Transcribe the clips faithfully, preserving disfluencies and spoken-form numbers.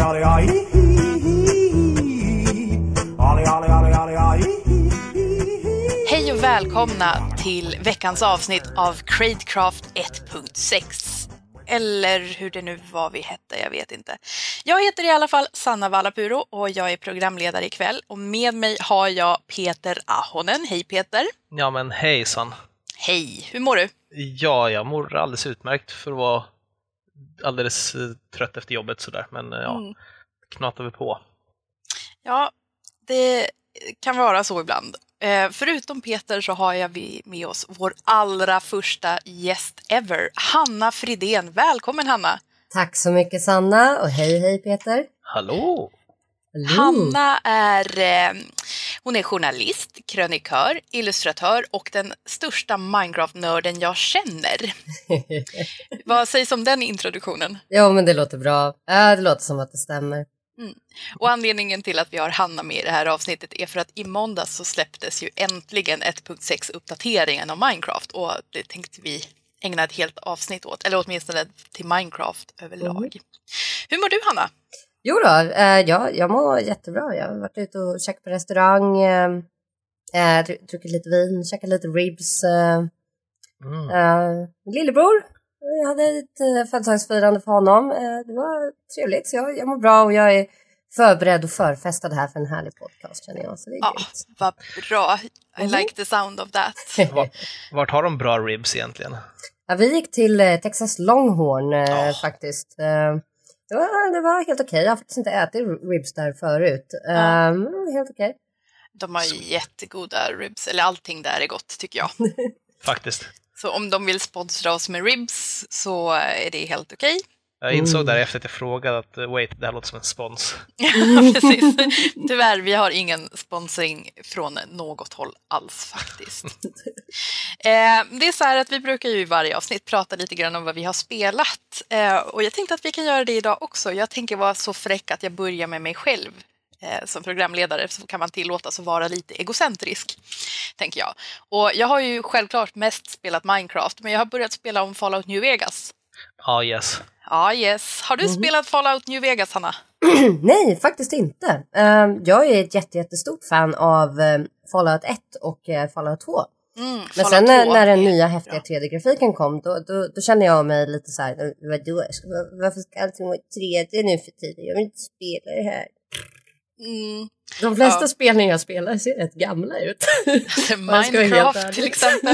ali, ai, ali, ali, ali, ali, ai. Hej och välkomna till veckans avsnitt av Cradecraft ett punkt sex. Eller hur det nu var vi hette, jag vet inte. Jag heter i alla fall Sanna Vallapuro och jag är programledare ikväll. Och med mig har jag Peter Ahonen. Hej Peter. Ja men hejsan. Hej, hur mår du? Ja, jag mår alldeles utmärkt för att vara alldeles eh, trött efter jobbet sådär. Men eh, ja, Mm. knatar vi på. Ja, det kan vara så ibland. Eh, förutom Peter så har jag vi med oss vår allra första gäst ever, Hanna Fridén. Välkommen Hanna! Tack så mycket Sanna och hej hej Peter. Hallå! Hallå. Hanna är, eh, hon är journalist, krönikör, illustratör och den största Minecraft-nörden jag känner. Vad sägs om den introduktionen? Ja men det låter bra. Äh, det låter som att det stämmer. Mm. Och anledningen till att vi har Hanna med i det här avsnittet är för att i måndags så släpptes ju äntligen ett punkt sex-uppdateringen av Minecraft och det tänkte vi ägna ett helt avsnitt åt, eller åtminstone till Minecraft överlag. Mm. Hur mår du Hanna? Jo då, äh, ja, jag mår jättebra. Jag har varit ute och käkat på restaurang, äh, druckit lite vin, käkat lite ribs. Äh, mm. äh, lillebror, jag hade ett äh, födelsedagsfirande för honom. Äh, det var trevligt, så jag, jag mår bra och jag är förberedd och förfestad här för en härlig podcast känner jag. Så det är ja, grymt. Vad bra. I mm. like the sound of that. Vart, vart har de bra ribs egentligen? Ja, vi gick till äh, Texas Longhorn äh, oh. faktiskt. Äh, Det var, det var helt okej. Okay. Jag har faktiskt inte ätit ribs där förut. Ja. Um, helt okej. Okay. De har ju jättegoda ribs. Eller allting där är gott tycker jag. Faktiskt. Så om de vill sponsra oss med ribs så är det helt okej. Okay. Jag insåg mm. därefter att jag frågade att wait, det här låter som en spons. Ja, precis. Tyvärr, vi har ingen sponsring från något håll alls faktiskt. eh, det är så här att vi brukar ju i varje avsnitt prata lite grann om vad vi har spelat. Eh, och jag tänkte att vi kan göra det idag också. Jag tänker vara så fräck att jag börjar med mig själv. Eh, som programledare så kan man tillåtas att vara lite egocentrisk, tänker jag. Och jag har ju självklart mest spelat Minecraft, men jag har börjat spela om Fallout New Vegas. Ja, ah, yes. Ja, yes. Har du mm. spelat Fallout New Vegas, Hanna? Nej, faktiskt inte. Uh, jag är ett jätte, jättestort fan av uh, Fallout ett och uh, Fallout två. Mm, Men Fallout sen när, när den nya häftiga tre D-grafiken kom, då, då, då kände jag mig lite så här, vadå, varför ska allting vara tre D nu för tiden? Jag vill inte spela det här. Mm. De flesta ja. spelen jag spelar ser rätt gamla ut. Minecraft till exempel.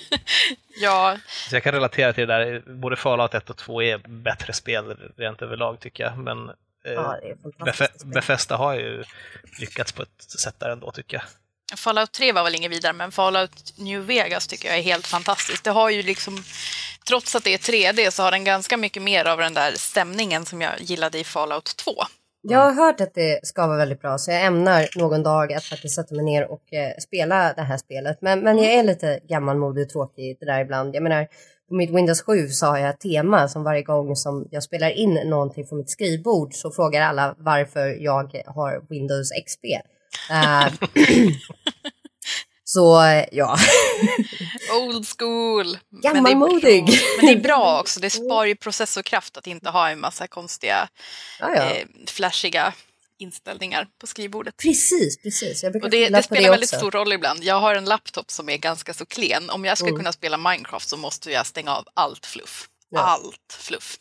Ja. Så jag kan relatera till det där. Både Fallout ett och två är bättre spel rent överlag tycker jag. Men ja, eh, Bef- Bethesda har ju lyckats på ett sätt där ändå tycker jag. Fallout tre var väl ingen vidare, men Fallout New Vegas tycker jag är helt fantastiskt. Det har ju liksom, trots att det är tre D så har den ganska mycket mer av den där stämningen som jag gillade i Fallout två. Jag har hört att det ska vara väldigt bra så jag ämnar någon dag att faktiskt sätta mig ner och eh, spela det här spelet. Men, men jag är lite gammalmodig och tråkig det där ibland. Jag menar, på mitt Windows sju så har jag ett tema som varje gång som jag spelar in någonting från mitt skrivbord så frågar alla varför jag har Windows X P. Uh, så ja. Old school. Gammalmodig. Men, men det är bra också. Det sparar ju processorkraft att inte ha en massa konstiga ah, ja. eh, flashiga inställningar på skrivbordet. Precis, precis. Jag och det, det spelar det väldigt stor roll ibland. Jag har en laptop som är ganska så klen. Om jag ska mm. kunna spela Minecraft så måste jag stänga av allt fluff. Ja. Allt fluff.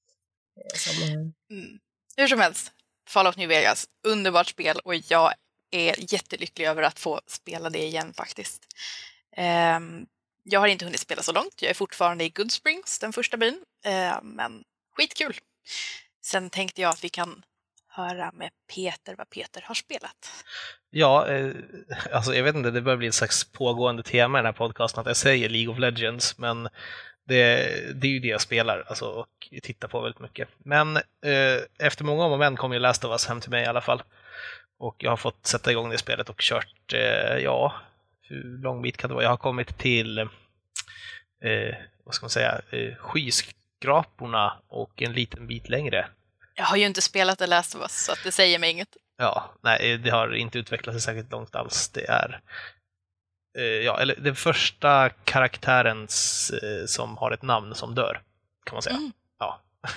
Mm. Hur som helst, Fallout New Vegas, underbart spel och jag är jättelycklig över att få spela det igen faktiskt. Um, jag har inte hunnit spela så långt. Jag är fortfarande i Goodsprings, den första byn. Uh, men skitkul. Sen tänkte jag att vi kan höra med Peter vad Peter har spelat. Ja, eh, alltså jag vet inte, det börjar bli ett slags pågående tema i den här podcasten att jag säger League of Legends, men det, det är ju det jag spelar alltså, och tittar på väldigt mycket. Men eh, efter många om och men kom ju Last of Us hem till mig i alla fall. Och jag har fått sätta igång det spelet och kört, eh, ja, hur lång bit kan det vara? Jag har kommit till, eh, vad ska man säga, eh, skyskraporna och en liten bit längre. Jag har ju inte spelat The Last of Us så att det säger mig inget. Ja, nej, det har inte utvecklat sig särskilt långt alls. Det är, eh, ja, eller den första karaktären eh, som har ett namn som dör, kan man säga. Mm. Ja.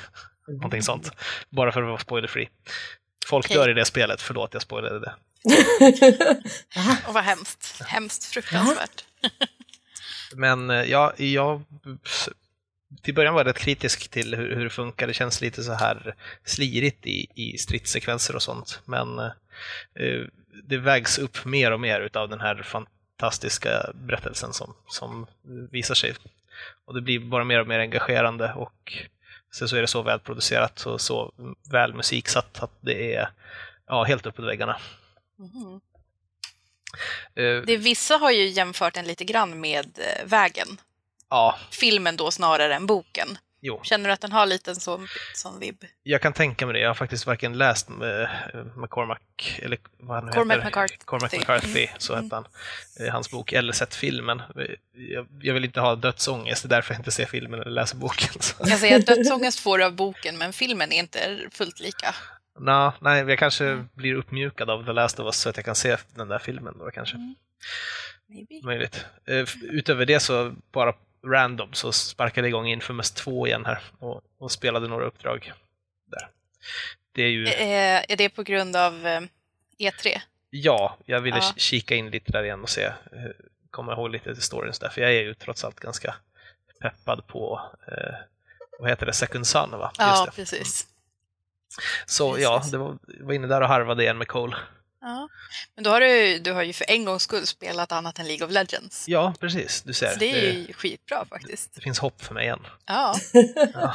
Någonting sånt. Bara för att vara spoilerfree. Folk Okej. dör i det spelet, förlåt jag spoilade det. Och vad hemskt. Hemskt, fruktansvärt. Men ja, jag till början var jag rätt kritisk till hur, hur det funkar. Det känns lite så här slirigt i, i stridssekvenser och sånt. Men eh, det vägs upp mer och mer utav den här fantastiska berättelsen som, som visar sig. Och det blir bara mer och mer engagerande och sen så är det så välproducerat och så väl musiksatt att det är ja, helt uppåt väggarna. Mm. Uh, Det vissa har ju jämfört den lite grann med eh, Vägen. ja, Filmen då snarare än boken. jo. Känner du att den har lite en sån, sån vibb? Jag kan tänka mig det. Jag har faktiskt varken läst med McCormack eller vad han nu Cormac heter. McCarthy. Cormac McCarthy, så Mm. hette han. Eh, Hans bok, eller sett filmen. Jag, jag vill inte ha dödsångest, det är därför jag inte ser filmen eller läser boken. Så. Jag säger att dödsångest får du av boken, men filmen är inte fullt lika. Nå, nej, jag kanske Mm. blir uppmjukad av The Last of Us så att jag kan se den där filmen då kanske. Mm. Maybe. Möjligt. Eh, Utöver det så bara random så sparkade jag igång Infamous två igen här och, och spelade några uppdrag där. Det är ju... Eh, Är det på grund av eh, E tre? Ja, jag ville Ja. kika in lite där igen och se, eh, komma ihåg lite till storyn där, för jag är ju trots allt ganska peppad på, eh, vad heter det, Second Son, va? Ja, Just det. precis. Så precis. ja, det var, jag var inne där och harvade igen med Cole. Ja. Men då har du, du har ju för en gångs skull spelat annat än League of Legends. Ja, precis, du ser. Så det är det, ju skitbra faktiskt. det finns hopp för mig igen. Ja, Ja.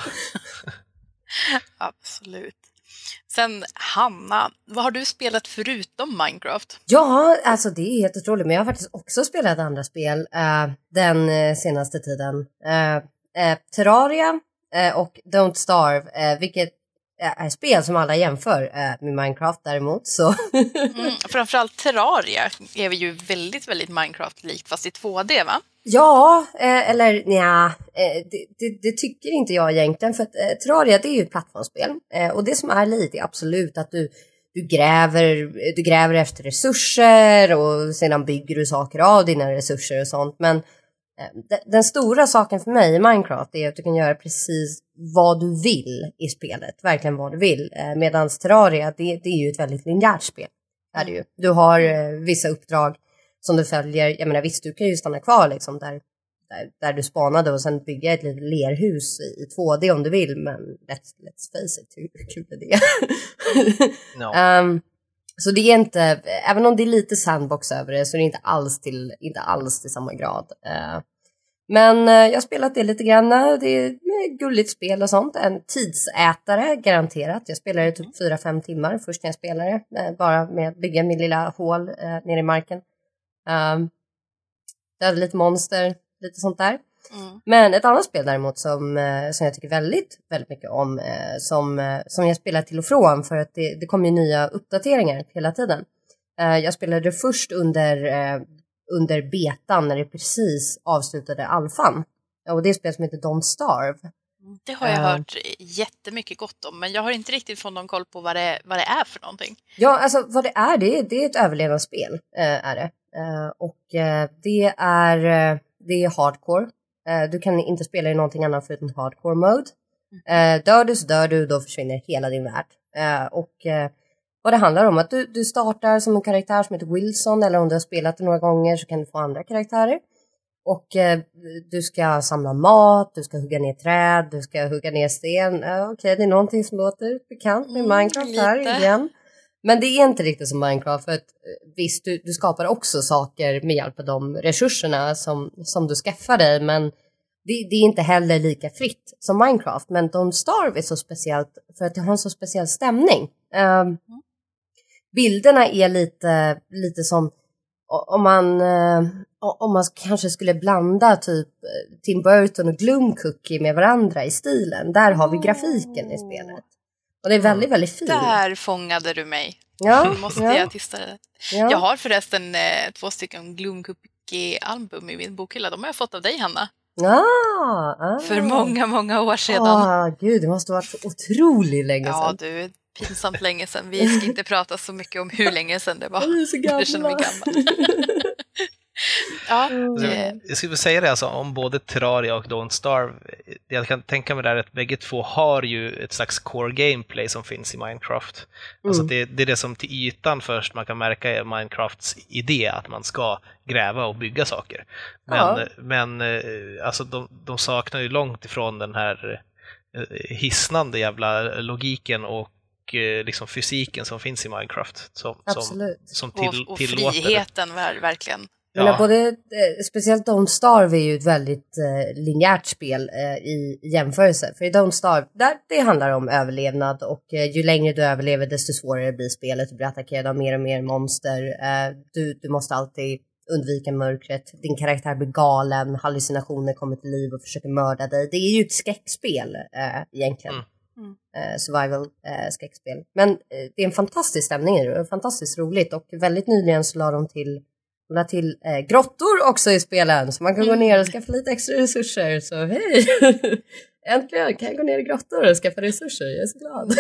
absolut. Sen Hanna, vad har du spelat förutom Minecraft? Ja, alltså det är helt otroligt. Men jag har faktiskt också spelat andra spel eh, den eh, senaste tiden. Eh, eh, Terraria eh, och Don't Starve, eh, vilket är spel som alla jämför eh, med Minecraft däremot. Så. Mm, framförallt Terraria är vi ju väldigt, väldigt Minecraft-likt, fast i två D, va? Ja, eh, eller nja, eh, det, det, det tycker inte jag egentligen. För att eh, Terraria, det är ju ett plattformsspel. Eh, och det som är lite är absolut att du, du, gräver, du gräver efter resurser och sedan bygger du saker av dina resurser och sånt. Men eh, de, den stora saken för mig i Minecraft är att du kan göra precis vad du vill i spelet. Verkligen vad du vill. Eh, Medan Terraria, det, det är ju ett väldigt linjärt spel. Är det ju. Du har eh, vissa uppdrag som du följer. Jag menar visst, du kan ju stanna kvar liksom där, där, där du spanade och sen bygga ett litet lerhus i, i två D om du vill. Men let's, let's face it, hur kul är det? No. um, så det är inte, även om det är lite sandbox över det så är det inte alls till, inte alls till samma grad. Uh, men uh, jag har spelat det lite grann. Det är ett gulligt spel och sånt. En tidsätare, garanterat. Jag spelade typ fyra fem timmar först när jag spelade. Uh, bara med att bygga min lilla hål uh, nere i marken. Um, det hade lite monster, lite sånt där. Mm. Men ett annat spel däremot som, uh, som jag tycker väldigt, väldigt mycket om. Uh, som, uh, som jag spelar till och från för att det, det kommer ju nya uppdateringar hela tiden. Uh, jag spelade det först under... Uh, under betan när det precis avslutade alfan. Och det är ett spel som heter Don't Starve. Det har jag Uh. hört jättemycket gott om, men jag har inte riktigt fått någon koll på vad det, vad det är för någonting. Ja, alltså vad det är, det är, det är ett överlevnadsspel, äh, är det. Äh, och äh, det är äh, det är hardcore. Äh, du kan inte spela i någonting annat förutom hardcore mode. Äh, dör du så dör du, då försvinner hela din värld. Äh, och äh, vad det handlar om att du, du startar som en karaktär som heter Wilson, eller om du har spelat det några gånger så kan du få andra karaktärer. Och eh, du ska samla mat, du ska hugga ner träd, du ska hugga ner sten. Eh, Okej, okay, det är någonting som låter bekant med Mm, Minecraft här lite. igen. Men det är inte riktigt som Minecraft, för att eh, visst, du, du skapar också saker med hjälp av de resurserna som, som du skaffar dig, men det, det är inte heller lika fritt som Minecraft. Men Don't Starve är så speciellt för att det har en så speciell stämning. Um, bilderna är lite, lite som om man, uh, om man kanske skulle blanda typ Tim Burton och Gloom Cookie med varandra i stilen. Där har vi grafiken i spelet. Och det är väldigt, väldigt fint. Där fångade du mig. Ja, Nu måste ja, jag testa det. ja. Jag har förresten eh, två stycken Gloom Cookie-album i min bokhylla. De har jag fått av dig, Hanna. Ah, ah. För många, många år sedan. Ah, gud, det måste ha varit så otroligt länge Ja, sedan. du, pinsamt länge sedan. Vi ska inte prata så mycket om hur länge sedan det var. Vi är så gamla. Du känner mig gammal. Ja, alltså, jag skulle säga det alltså, om både Terraria och Don't Starve. Jag kan tänka mig där att bägge två har ju ett slags core gameplay som finns i Minecraft. Mm. Alltså det, det är det som till ytan först man kan märka är Minecrafts idé, att man ska gräva och bygga saker. Men, ja. men alltså de, de saknar ju långt ifrån den här hisnande jävla logiken och liksom fysiken som finns i Minecraft. Som, Absolut. Som, som till, och, och tillåter friheten verkligen. Ja. Men både, eh, speciellt Don't Starve är ju ett väldigt eh, linjärt spel eh, i jämförelse. För i Don't Starve, där, det handlar om överlevnad och eh, ju längre du överlever desto svårare blir spelet. Du blir attackerad av mer och mer monster. Eh, du, du måste alltid undvika mörkret. Din karaktär blir galen, hallucinationer kommer till liv och försöker mörda dig. Det är ju ett skräckspel eh, egentligen. Mm. Mm. Eh, survival eh, skräckspel. Men eh, det är en fantastisk stämning i det. Fantastiskt roligt och väldigt nyligen så la de till la till eh, grottor också i spelen så man kan mm. gå ner och skaffa lite extra resurser. Så hej! Äntligen kan jag gå ner i grottor och skaffa resurser. Jag är så glad.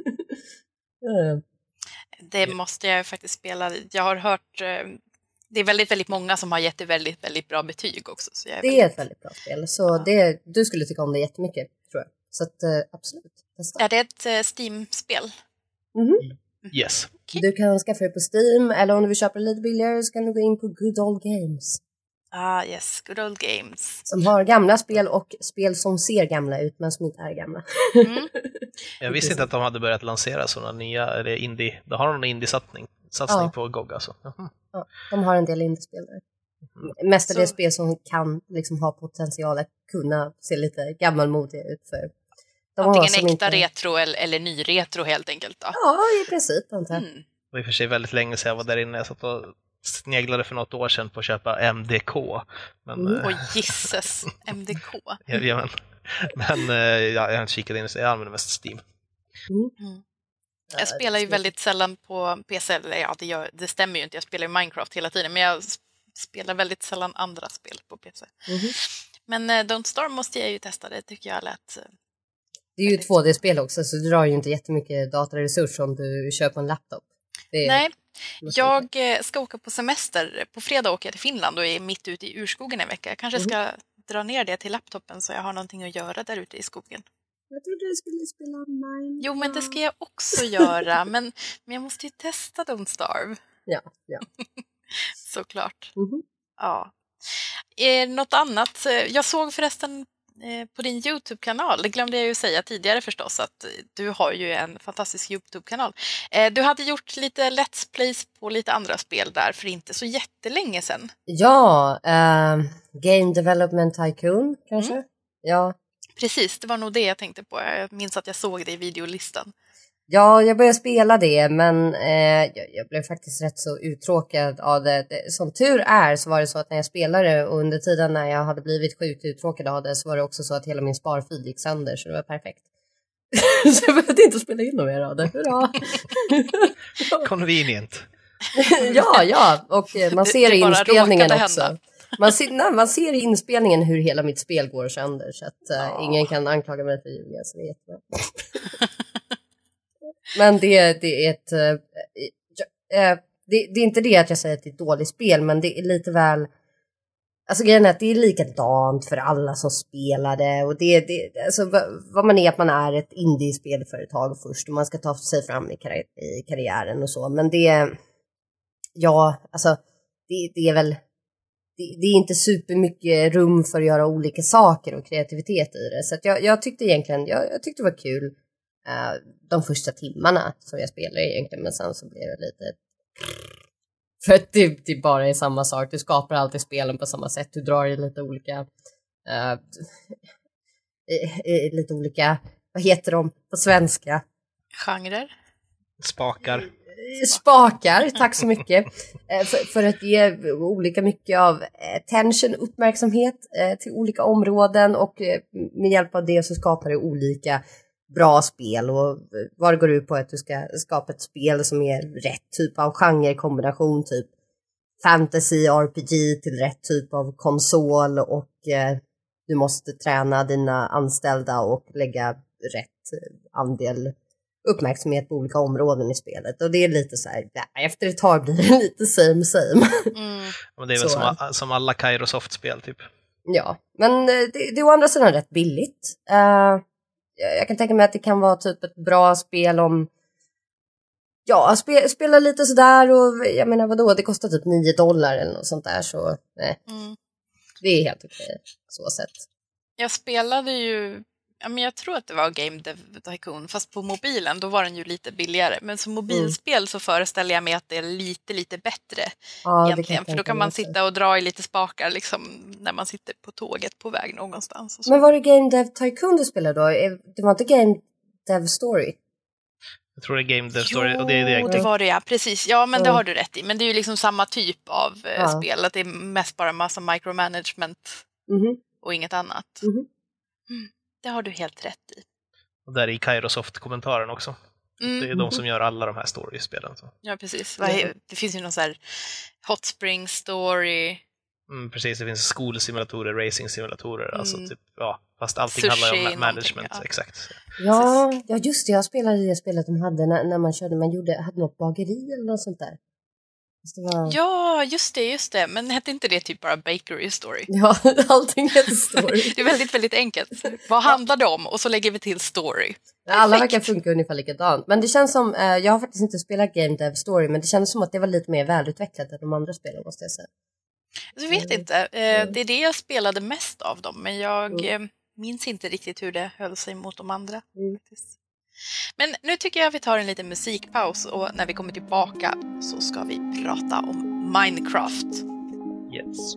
mm. Det måste jag faktiskt spela. Jag har hört eh, det är väldigt, väldigt många som har gett det väldigt, väldigt bra betyg också. Så jag är det väldigt... är ett väldigt bra spel. Så ja. det, du skulle tycka om det jättemycket, tror jag. Så att, eh, absolut. Testa. Är det ett eh, Steam-spel? Mm-hmm. Yes. Okay. Du kan skaffa det på Steam, eller om du vill köpa det lite billigare så kan du gå in på Good Old Games. Ah, yes. Good Old Games. Som har gamla spel och spel som ser gamla ut men som inte är gamla. Mm. Jag visste inte att de hade börjat lansera sådana nya, eller indie, de har någon indie-satsning satsning ja. på G O G alltså. Mm. Ja, de har en del indie-spel där. Mm. Mest är det spel som kan liksom ha potential att kunna se lite gammalmodiga ut för. Antingen äkta inte... retro eller, eller ny retro helt enkelt då. Ja, i princip antar jag. Mm. Det var i och för sig väldigt länge sedan jag var där inne. Jag satt och sneglade för något år sedan på att köpa M D K. Men, mm. äh... Åh gisses, M D K. ja, ja, men men äh, ja, jag har inte kikat in, jag använder mest Steam. Mm. Mm. Jag spelar ju väldigt sällan på P C, eller ja, det, gör, det stämmer ju inte. Jag spelar ju Minecraft hela tiden, men jag spelar väldigt sällan andra spel på P C. Mm. Men äh, Don't Starve måste jag ju testa, det tycker jag lät... Det är ju två D-spel också, så du drar ju inte jättemycket dataresurs om du köper en laptop. Det Nej, jag ska åka på semester. På fredag åker jag till Finland och är mitt ute i urskogen en vecka. Jag kanske ska mm. dra ner det till laptopen så jag har någonting att göra där ute i skogen. Jag trodde du skulle spela Minecraft. Jo, men det ska jag också göra. Men, men jag måste ju testa Don't Starve. Ja, ja. Såklart. Mm-hmm. Ja. Är något annat? Jag såg förresten på din YouTube-kanal, det glömde jag ju säga tidigare förstås, att du har ju en fantastisk YouTube-kanal. Du hade gjort lite Let's Plays på lite andra spel där för inte så jättelänge sedan. Ja, uh, Game Development Tycoon kanske? Mm. Ja. Precis, det var nog det jag tänkte på. Jag minns att jag såg det i videolistan. Ja, jag började spela det, men eh, jag, jag blev faktiskt rätt så uttråkad av det. det. Som tur är så var det så att när jag spelade och under tiden när jag hade blivit sjukt uttråkad av det så var det också så att hela min sparfil gick sönder, så det var perfekt. Så jag behövde inte spela in något mer av det. Hurra! Convenient. ja, ja, och man ser det, i inspelningen också. Hända. Man ser, nej, man ser i inspelningen hur hela mitt spel går sönder, så att uh, oh. ingen kan anklaga mig för ljuga, så det är jättebra. Men det, det är ett... Äh, äh, det, det är inte det att jag säger att det är ett dåligt spel, men det är lite väl... Alltså grejen är att det är likadant för alla som spelar det. Och det, det, alltså, vad man är att man är ett indie-spelföretag först och man ska ta sig fram i, karri- i karriären och så. Men det... Ja, alltså det, det är väl... Det, det är inte supermycket rum för att göra olika saker och kreativitet i det. Så att jag, jag tyckte egentligen... Jag, jag tyckte det var kul. Uh, de första timmarna som jag spelade egentligen, men sen så blev det lite för att det, det bara är samma sak, du skapar alltid spelen på samma sätt, du drar i lite olika uh, i, i lite olika, vad heter de på svenska? Genrer? Spakar. Spakar, tack så mycket. uh, för, för att ge olika mycket av uh, tension, uppmärksamhet uh, till olika områden, och uh, med hjälp av det så skapar det olika bra spel, och vad det går ut på att du ska skapa ett spel som är rätt typ av genrekombination, typ fantasy R P G till rätt typ av konsol, och eh, du måste träna dina anställda och lägga rätt andel uppmärksamhet på olika områden i spelet. Och det är lite så här, ja, efter ett tag blir det lite same same. Mm. Men det är väl som, som alla Kairosoft-spel typ. Ja, men det, det är å andra sidan rätt billigt. Uh, jag kan tänka mig att det kan vara typ ett bra spel om ja, spe, spela lite sådär och jag menar vadå, det kostar typ nio dollar eller något sånt där så nej. Mm. Det är helt okej så sett. Jag spelade ju, ja, men jag tror att det var Game Dev Tycoon, fast på mobilen då var den ju lite billigare. Men som mobilspel mm. så föreställer jag mig att det är lite, lite bättre ja, egentligen. För då kan man sitta och dra i lite spakar liksom när man sitter på tåget på väg någonstans. Och så. Men var det Game Dev Tycoon du spelade då? Det var inte Game Dev Story? Jag tror det är Game Dev Story. Och det, är det, jo, det var det ja, precis. Ja, men mm. det har du rätt i. Men det är ju liksom samma typ av ja. spel. Att det är mest bara en massa micromanagement mm. och inget annat. Mm. Mm. Det har du helt rätt i. Och där är Kairosoft-kommentaren också. Mm. Det är de som gör alla de här story-spelen. Så. Ja, precis. Det finns ju någon så här Hot Spring Story. Mm, precis, det finns skolsimulatorer, racing-simulatorer. Mm. Alltså typ, ja, fast allting handlar ju om management. Ja. Exakt. Ja, ja, just det. Jag spelade i det spelet de hade när, när man körde. Man gjorde, hade något bageri eller något sånt där. Var... Ja, just det, just det. Men hette inte det typ bara Bakery Story? Ja, allting heter Story. Det är väldigt, väldigt enkelt. Vad handlar det om? Och så lägger vi till Story. Ja, alla verkar funka ungefär likadant. Men det känns som, eh, jag har faktiskt inte spelat Game Dev Story, men det känns som att det var lite mer välutvecklat än de andra spelen, måste jag säga. Jag vet inte. Eh, det är det jag spelade mest av dem, men jag mm. eh, minns inte riktigt hur det höll sig mot de andra. Mm. Men nu tycker jag att vi tar en liten musikpaus och när vi kommer tillbaka så ska vi prata om Minecraft. Yes.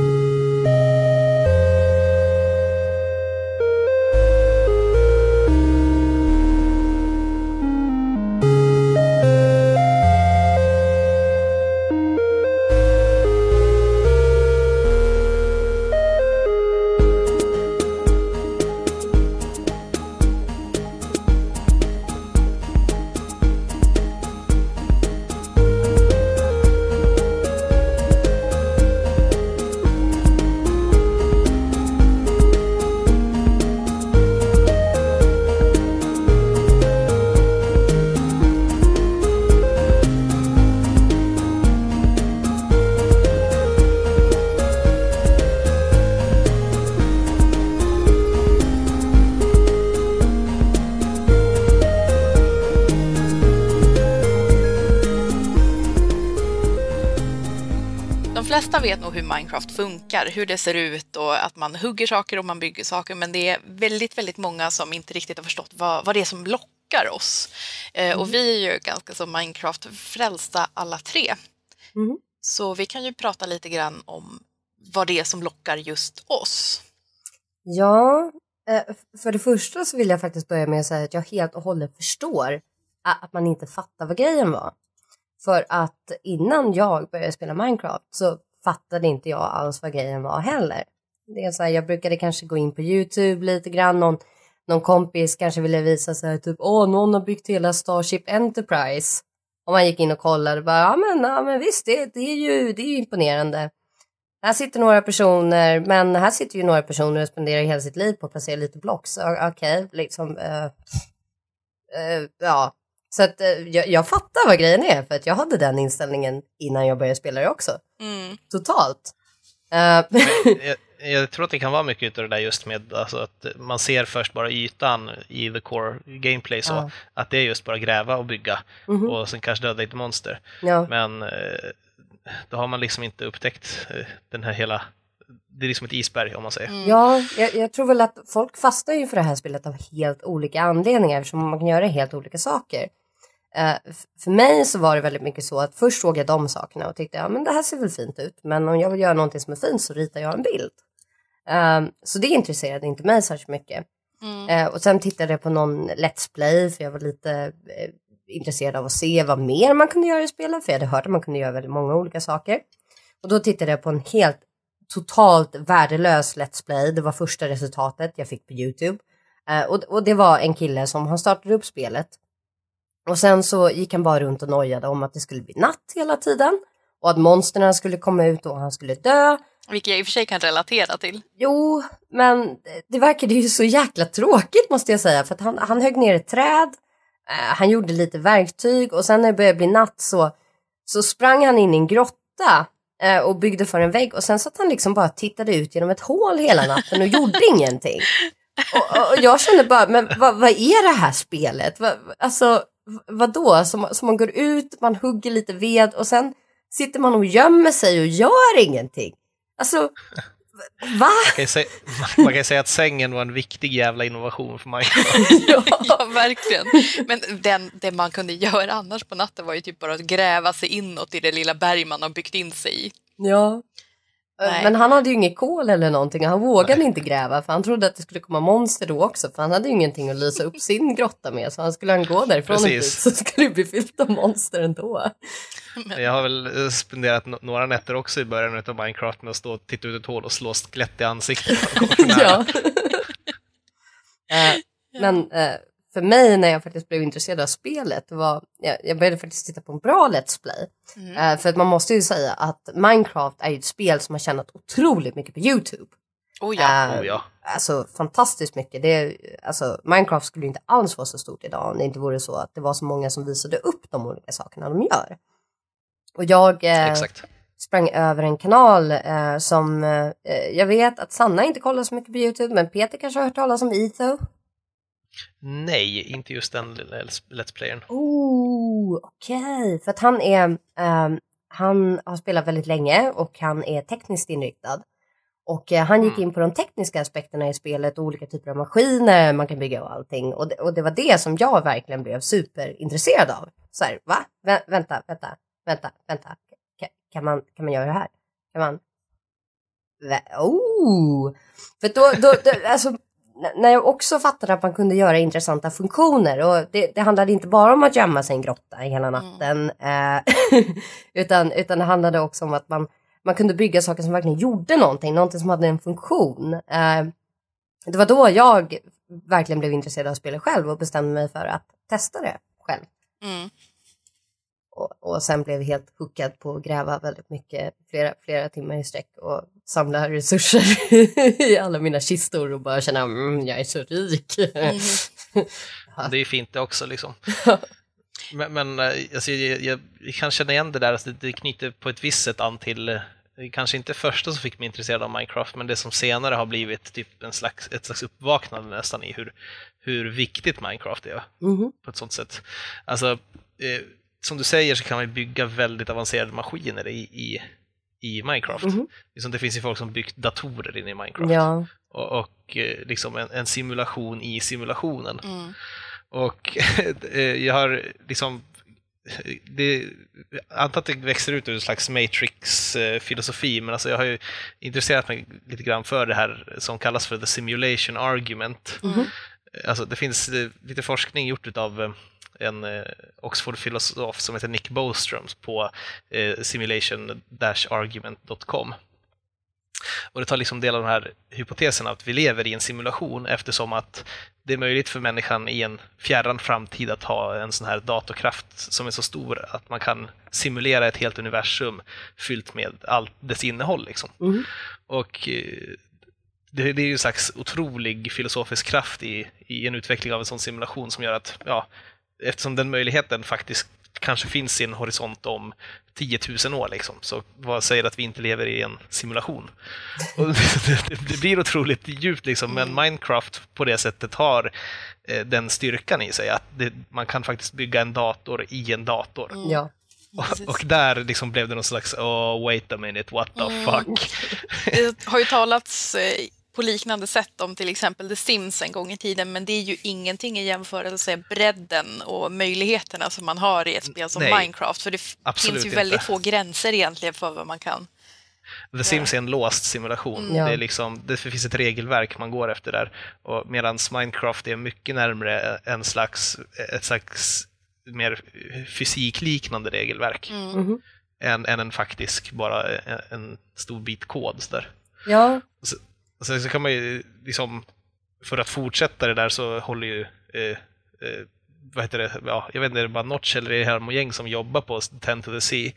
De flesta vet nog hur Minecraft funkar, hur det ser ut och att man hugger saker och man bygger saker, men det är väldigt, väldigt många som inte riktigt har förstått vad, vad det är som lockar oss. Mm. Eh, och vi är ju ganska så Minecraft-frälsta alla tre. Mm. Så vi kan ju prata lite grann om vad det är som lockar just oss. Ja, för det första så vill jag faktiskt börja med att säga att jag helt och hållet förstår att man inte fattar vad grejen var. För att innan jag började spela Minecraft så fattade inte jag alls vad grejen var heller. Det är så här, jag brukade kanske gå in på YouTube lite grann. Någon, någon kompis kanske ville visa sig typ, åh, någon har byggt hela Starship Enterprise. Och man gick in och kollade och bara, ja men, ja, men visst, det, det, är ju, det är ju imponerande. Här sitter några personer, men här sitter ju några personer och spenderar hela sitt liv på att placera lite blocks. Okej, okay, liksom, uh, uh, ja. Så att, uh, jag, jag fattar vad grejen är, för att jag hade den inställningen innan jag började spela det också. Mm. Totalt. Uh. jag, jag tror att det kan vara mycket av det där just med alltså, att man ser först bara ytan i the core gameplay så uh. att det är just bara gräva och bygga mm-hmm. och sen kanske döda lite monster. Ja. Men uh, då har man liksom inte upptäckt uh, den här hela, det är liksom ett isberg om man säger. Mm. Ja, jag, jag tror väl att folk fastnar ju för det här spelet av helt olika anledningar eftersom man kan göra helt olika saker. Uh, f- för mig så var det väldigt mycket så att först såg jag de sakerna och tyckte, ja men det här ser väl fint ut, men om jag vill göra någonting som är fint så ritar jag en bild. Uh, så det intresserade inte mig särskilt mycket. Mm. Uh, och sen tittade jag på någon Let's Play för jag var lite uh, intresserad av att se vad mer man kunde göra i spelet, för jag hade hört att man kunde göra väldigt många olika saker. Och då tittade jag på en helt totalt värdelös Let's Play. Det var första resultatet jag fick på YouTube. Uh, och, och det var en kille som han startade upp spelet. Och sen så gick han bara runt och nojade om att det skulle bli natt hela tiden. Och att monsterna skulle komma ut och han skulle dö. Vilket jag i och för sig kan relatera till. Jo, men det verkade ju så jäkla tråkigt måste jag säga. För att han, han högg ner ett träd. eh, han gjorde lite verktyg och sen när det började bli natt så, så sprang han in i en grotta eh, och byggde för en vägg och sen så att han liksom bara tittade ut genom ett hål hela natten och gjorde ingenting. Och, och, och jag kände bara, men vad, vad är det här spelet? Va, alltså, vad då? Så, så man går ut, man hugger lite ved och sen sitter man och gömmer sig och gör ingenting. Alltså, va? Man kan, säga, man kan säga att sängen var en viktig jävla innovation för Minecraft. ja. ja, verkligen. Men den, det man kunde göra annars på natten var ju typ bara att gräva sig inåt i det lilla berg man har byggt in sig i. Ja. Nej. Men han hade ju inget kol eller någonting. Han vågade Nej. inte gräva för han trodde att det skulle komma monster då också. För han hade ju ingenting att lysa upp sin grotta med. Så han skulle han gå därifrån en bit så skulle det bli fyllt av monster ändå. Jag har väl spenderat några nätter också i början av Minecraft med att stå och titta ut ett hål och slå skelett i ansiktet. ja. uh, men uh, för mig när jag faktiskt blev intresserad av spelet var, jag, jag började faktiskt titta på en bra Let's Play. Mm. Uh, för att man måste ju säga att Minecraft är ett spel som har tjänat otroligt mycket på YouTube. Oh ja. Uh, oh ja. Alltså fantastiskt mycket. Det är, alltså, Minecraft skulle inte alls vara så stort idag om det inte vore så att det var så många som visade upp de olika sakerna de gör. Och jag eh, sprang över en kanal eh, som eh, jag vet att Sanna inte kollar så mycket på YouTube, men Peter kanske har hört talas om Etho. Nej, inte just den Let's Playern. Oh, okej. Okay. För att han är eh, han har spelat väldigt länge och han är tekniskt inriktad. Och eh, han gick mm. in på de tekniska aspekterna i spelet och olika typer av maskiner man kan bygga och allting. Och det, och det var det som jag verkligen blev superintresserad av. Så här, va? Vä- vänta, vänta, vänta, vänta. Kan, kan, man, kan man göra det här? Kan man... Vä- oh! För då, då, då alltså... när jag också fattade att man kunde göra intressanta funktioner och det, det handlade inte bara om att gömma sig i en grotta hela natten mm. eh, utan, utan det handlade också om att man, man kunde bygga saker som verkligen gjorde någonting, någonting som hade en funktion. Eh, det var då jag verkligen blev intresserad av spelet själv och bestämde mig för att testa det själv. Mm. Och, och sen blev jag helt hookad på att gräva väldigt mycket, flera, flera timmar i sträck och samla resurser i alla mina kistor och bara känna mm, jag är så rik. Mm. Ja. Det är ju fint det också liksom. men men alltså, jag, jag, jag kan känna igen det där, alltså, det knyter på ett visst sätt an till kanske inte första som fick mig intresserad av Minecraft, men det som senare har blivit typ en slags, ett slags uppvaknande nästan i hur, hur viktigt Minecraft är mm. på ett sånt sätt. Alltså eh, som du säger så kan man bygga väldigt avancerade maskiner i, i, i Minecraft. Mm. Liksom det finns ju folk som byggt datorer in i Minecraft. Ja. Och, och liksom en, en simulation i simulationen. Mm. Och jag har liksom... Det, antar att det växer ut ur en slags Matrix-filosofi, men alltså jag har ju intresserat mig lite grann för det här som kallas för the simulation argument. Mm. Alltså det finns lite forskning gjort av en Oxford-filosof som heter Nick Bostrom på eh, simulation dash argument dot com. Och det tar liksom del av den här hypotesen att vi lever i en simulation eftersom att det är möjligt för människan i en fjärran framtid att ha en sån här datorkraft som är så stor att man kan simulera ett helt universum fyllt med allt dess innehåll liksom. Mm. Och eh, det, det är ju en slags otrolig filosofisk kraft i, i en utveckling av en sån simulation som gör att ja, eftersom den möjligheten faktiskt kanske finns i en horisont om tio tusen år liksom, så vad säger att vi inte lever i en simulation? Och det, det blir otroligt djupt liksom, men Minecraft på det sättet har eh, den styrkan i sig att det, man kan faktiskt bygga en dator i en dator. Mm. Ja. Och, och där liksom blev det någon slags oh wait a minute, what the mm. fuck? Det har ju talats eh, på liknande sätt om till exempel The Sims en gång i tiden, men det är ju ingenting i jämförelse med bredden och möjligheterna som man har i ett spel som Nej, Minecraft, för det finns ju väldigt inte. få gränser egentligen för vad man kan. The Sims är en låst simulation. Mm. Det, är liksom, det finns ett regelverk man går efter där, och medan Minecraft är mycket närmare en slags, ett slags mer fysikliknande regelverk mm. än, än en faktisk bara en, en stor bit kod så där. Ja. Så, så, så kan man ju liksom, för att fortsätta det där så håller ju eh, eh, vad heter det, ja, jag vet inte, är det bara Notch eller är det här gäng som jobbar på Ten to the Sea,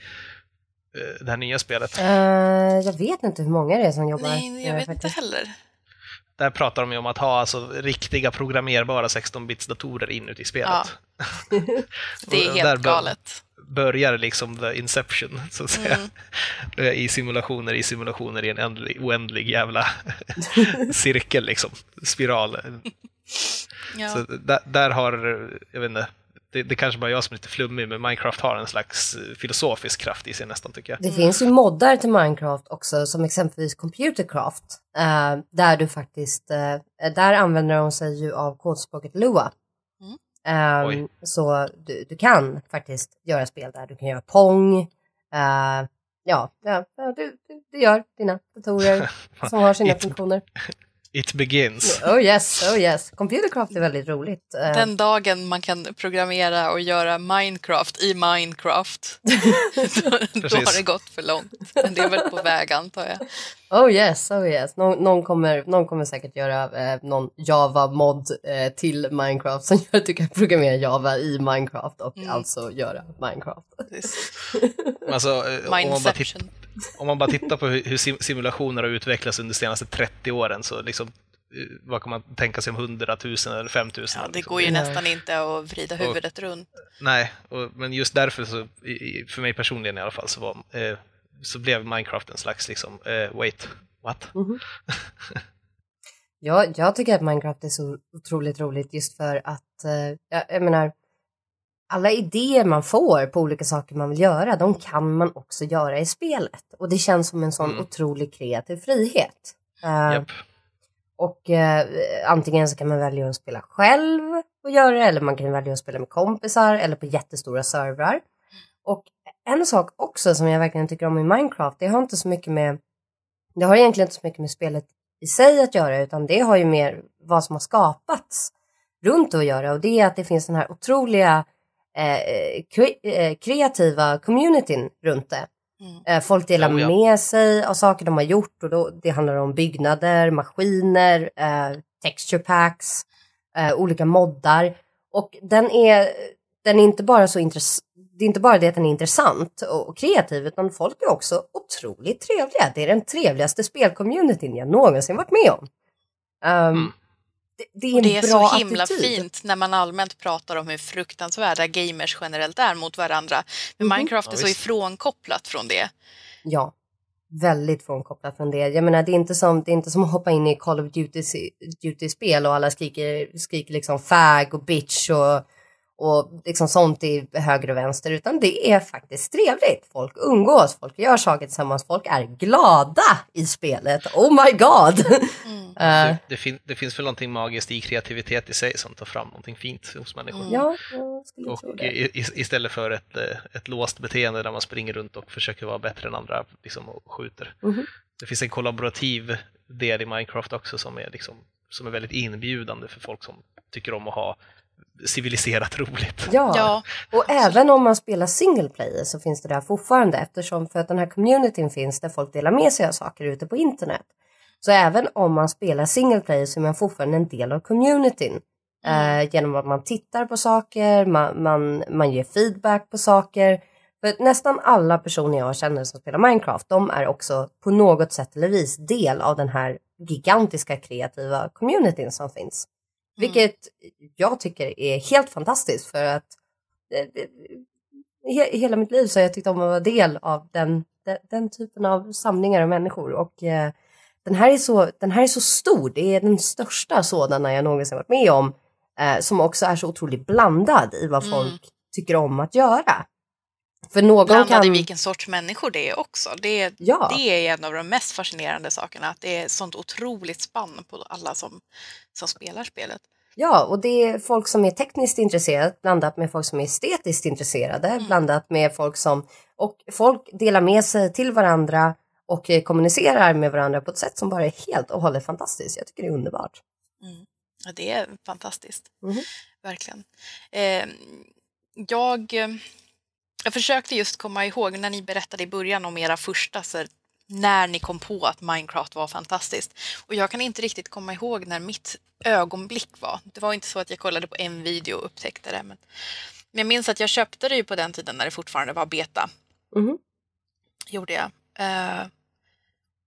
eh, det här nya spelet? Uh, jag vet inte hur många det är som jobbar. Nej, jag vet faktiskt. inte heller. där pratar de ju om att ha alltså riktiga programmerbara sexton-bits-datorer inuti spelet. Ja. Det är helt galet. Börjar liksom the inception, så att säga. Mm. I simulationer, i simulationer i en ändlig, oändlig jävla cirkel, liksom. Spiral. Ja. Så där, där har, jag vet inte, det, det kanske bara jag som är lite flummig, men Minecraft har en slags filosofisk kraft i sig nästan, tycker jag. Det finns ju moddar till Minecraft också, som exempelvis Computercraft, äh, där du faktiskt, äh, där använder de sig ju av kodspråket Lua. Um, så du, du kan faktiskt göra spel där. Du kan göra Pong. Uh, ja, ja du, du, du gör dina datorer som har sina it, funktioner. It begins. Oh yes, oh yes. Computercraft är väldigt roligt. Uh, Den dagen man kan programmera och göra Minecraft i Minecraft, då, då har det gått för långt. Men det är väl på väg, antar jag. Oh yes, oh yes. Nå- någon, kommer, någon kommer säkert göra eh, någon Java-mod eh, till Minecraft som gör att du kan programmera Java i Minecraft och mm. alltså göra Minecraft. Alltså, om, man bara titt- om man bara tittar på hur, hur sim- simulationer har utvecklats under de senaste trettio åren, så liksom, vad kan man tänka sig om hundratusen eller femtusen? Ja, det liksom. går ju nästan inte att vrida huvudet och, runt. Nej, och, men just därför, så, för mig personligen i alla fall, så var eh, så blev Minecraft en slags liksom, uh, wait, what? Mm-hmm. ja, jag tycker att Minecraft är så otroligt roligt just för att, uh, jag, jag menar, alla idéer man får på olika saker man vill göra, de kan man också göra i spelet. Och det känns som en sån mm. otrolig kreativ frihet. Uh, yep. Och uh, antingen så kan man välja att spela själv och göra det, eller man kan välja att spela med kompisar eller på jättestora servrar. Och en sak också som jag verkligen tycker om i Minecraft, det har inte så mycket med, det har egentligen inte så mycket med spelet i sig att göra, utan det har ju mer vad som har skapats runt att göra, och det är att det finns den här otroliga eh, kre- eh, kreativa communityn runt det. Mm. Eh, folk delar oh, ja. med sig av saker de har gjort, och då, det handlar om byggnader, maskiner, eh, texture packs, eh, olika moddar, och den är, den är inte bara så intressant. Det är inte bara det att den är intressant och kreativ, utan folk är också otroligt trevliga. Det är den trevligaste spelcommunityn jag någonsin varit med om. Um, mm. det, det är en det är bra så himla attityd. Fint när man allmänt pratar om hur fruktansvärda gamers generellt är mot varandra. Men mm. Minecraft är ja, så visst. ifrånkopplat från det. Ja, väldigt frånkopplat från det. Jag menar, det är inte som, det är inte som att hoppa in i Call of Duty, Duty-spel och alla skriker, skriker liksom fag och bitch och och liksom sånt i höger och vänster, utan det är faktiskt trevligt. Folk umgås, folk gör saker tillsammans, folk är glada i spelet. Oh my god! Mm. uh, det, det, fin- det finns väl någonting magiskt i kreativitet i sig som tar fram någonting fint hos människor. Mm. Ja, jag skulle och tro det. I, i, istället för ett, ett låst beteende där man springer runt och försöker vara bättre än andra liksom, och skjuter. Mm. Det finns en kollaborativ del i Minecraft också som är, liksom, som är väldigt inbjudande för folk som tycker om att ha civiliserat roligt. Ja, ja. Och även om man spelar single player så finns det där fortfarande, eftersom för att den här communityn finns där folk delar med sig av saker ute på internet. Så även om man spelar single player så är man fortfarande en del av communityn. Mm. Eh, genom att man tittar på saker, man, man, man ger feedback på saker. För nästan alla personer jag känner som spelar Minecraft, de är också på något sätt eller vis del av den här gigantiska kreativa communityn som finns. Vilket jag tycker är helt fantastiskt, för att i hela mitt liv så har jag tyckt om att vara del av den, den, den typen av samlingar av människor. Och eh, den, här är så, den här är så stor, det är den största sådana jag någonsin varit med om. Eh, som också är så otroligt blandad i vad folk mm. tycker om att göra. För någon blandad kan... i vilken sorts människor det är också. Det är, ja. det är en av de mest fascinerande sakerna, att det är sånt otroligt spann på alla som, som spelar spelet. Ja, och det är folk som är tekniskt intresserade blandat med folk som är estetiskt intresserade, mm. blandat med folk som, och folk delar med sig till varandra och kommunicerar med varandra på ett sätt som bara är helt och hållet fantastiskt. Jag tycker det är underbart. Mm. Ja, det är fantastiskt. Mm. Verkligen. Eh, jag, jag försökte just komma ihåg när ni berättade i början om era första, så när ni kom på att Minecraft var fantastiskt. Och jag kan inte riktigt komma ihåg när mitt ögonblick var. Det var inte så att jag kollade på en video och upptäckte det. Men, men jag minns att jag köpte det ju på den tiden när det fortfarande var beta. Mm. Gjorde jag. Uh,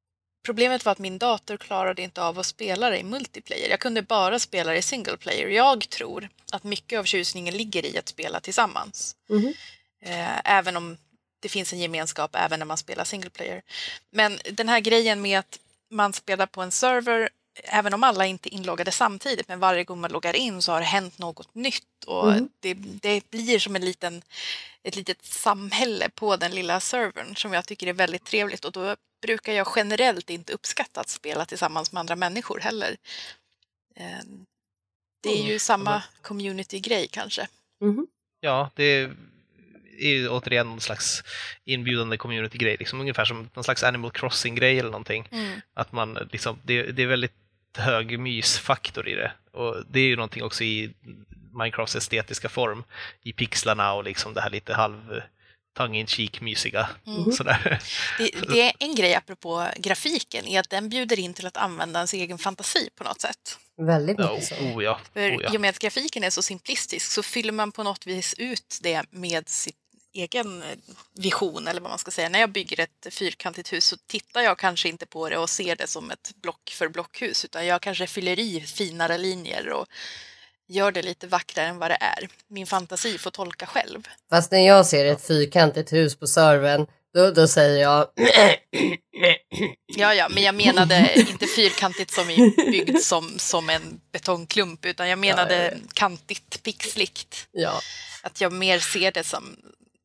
problemet var att min dator klarade inte av att spela det i multiplayer. Jag kunde bara spela det i single player. Jag tror att mycket av tjusningen ligger i att spela tillsammans. Mm. Eh, även om det finns en gemenskap även när man spelar single player. Men den här grejen med att man spelar på en server, även om alla inte är inloggade samtidigt, men varje gång man loggar in så har det hänt något nytt. Och Mm. det, det blir som en liten, ett litet samhälle på den lilla servern som jag tycker är väldigt trevligt. Och då brukar jag generellt inte uppskatta att spela tillsammans med andra människor heller. Eh, Det är ju Mm. samma community-grej kanske. Mm. Ja, det är ju återigen någon slags inbjudande community-grej. Liksom ungefär som någon slags Animal Crossing-grej eller någonting. Mm. Att man liksom, det, det är väldigt hög mysfaktor i det. Och det är ju någonting också i Minecrafts estetiska form. I pixlarna och liksom det här lite halv tongue-in-cheek mysiga. Mm. Sådär. Det, det är en grej apropå grafiken är att den bjuder in till att använda ens egen fantasi på något sätt. Väldigt Ja, mycket så. oh, ja. För Oh, ja. i och med att grafiken är så simplistisk så fyller man på något vis ut det med sitt egen vision eller vad man ska säga. När jag bygger ett fyrkantigt hus så tittar jag kanske inte på det och ser det som ett block för blockhus, utan jag kanske fyller i finare linjer och gör det lite vackrare än vad det är. Min fantasi får tolka själv. Fast när jag ser ett fyrkantigt hus på servern, då, då säger jag... Ja, ja, men jag menade inte fyrkantigt som är byggd som, som en betongklump, utan jag menade Ja, ja, ja. kantigt, pixligt. Ja. Att jag mer ser det som...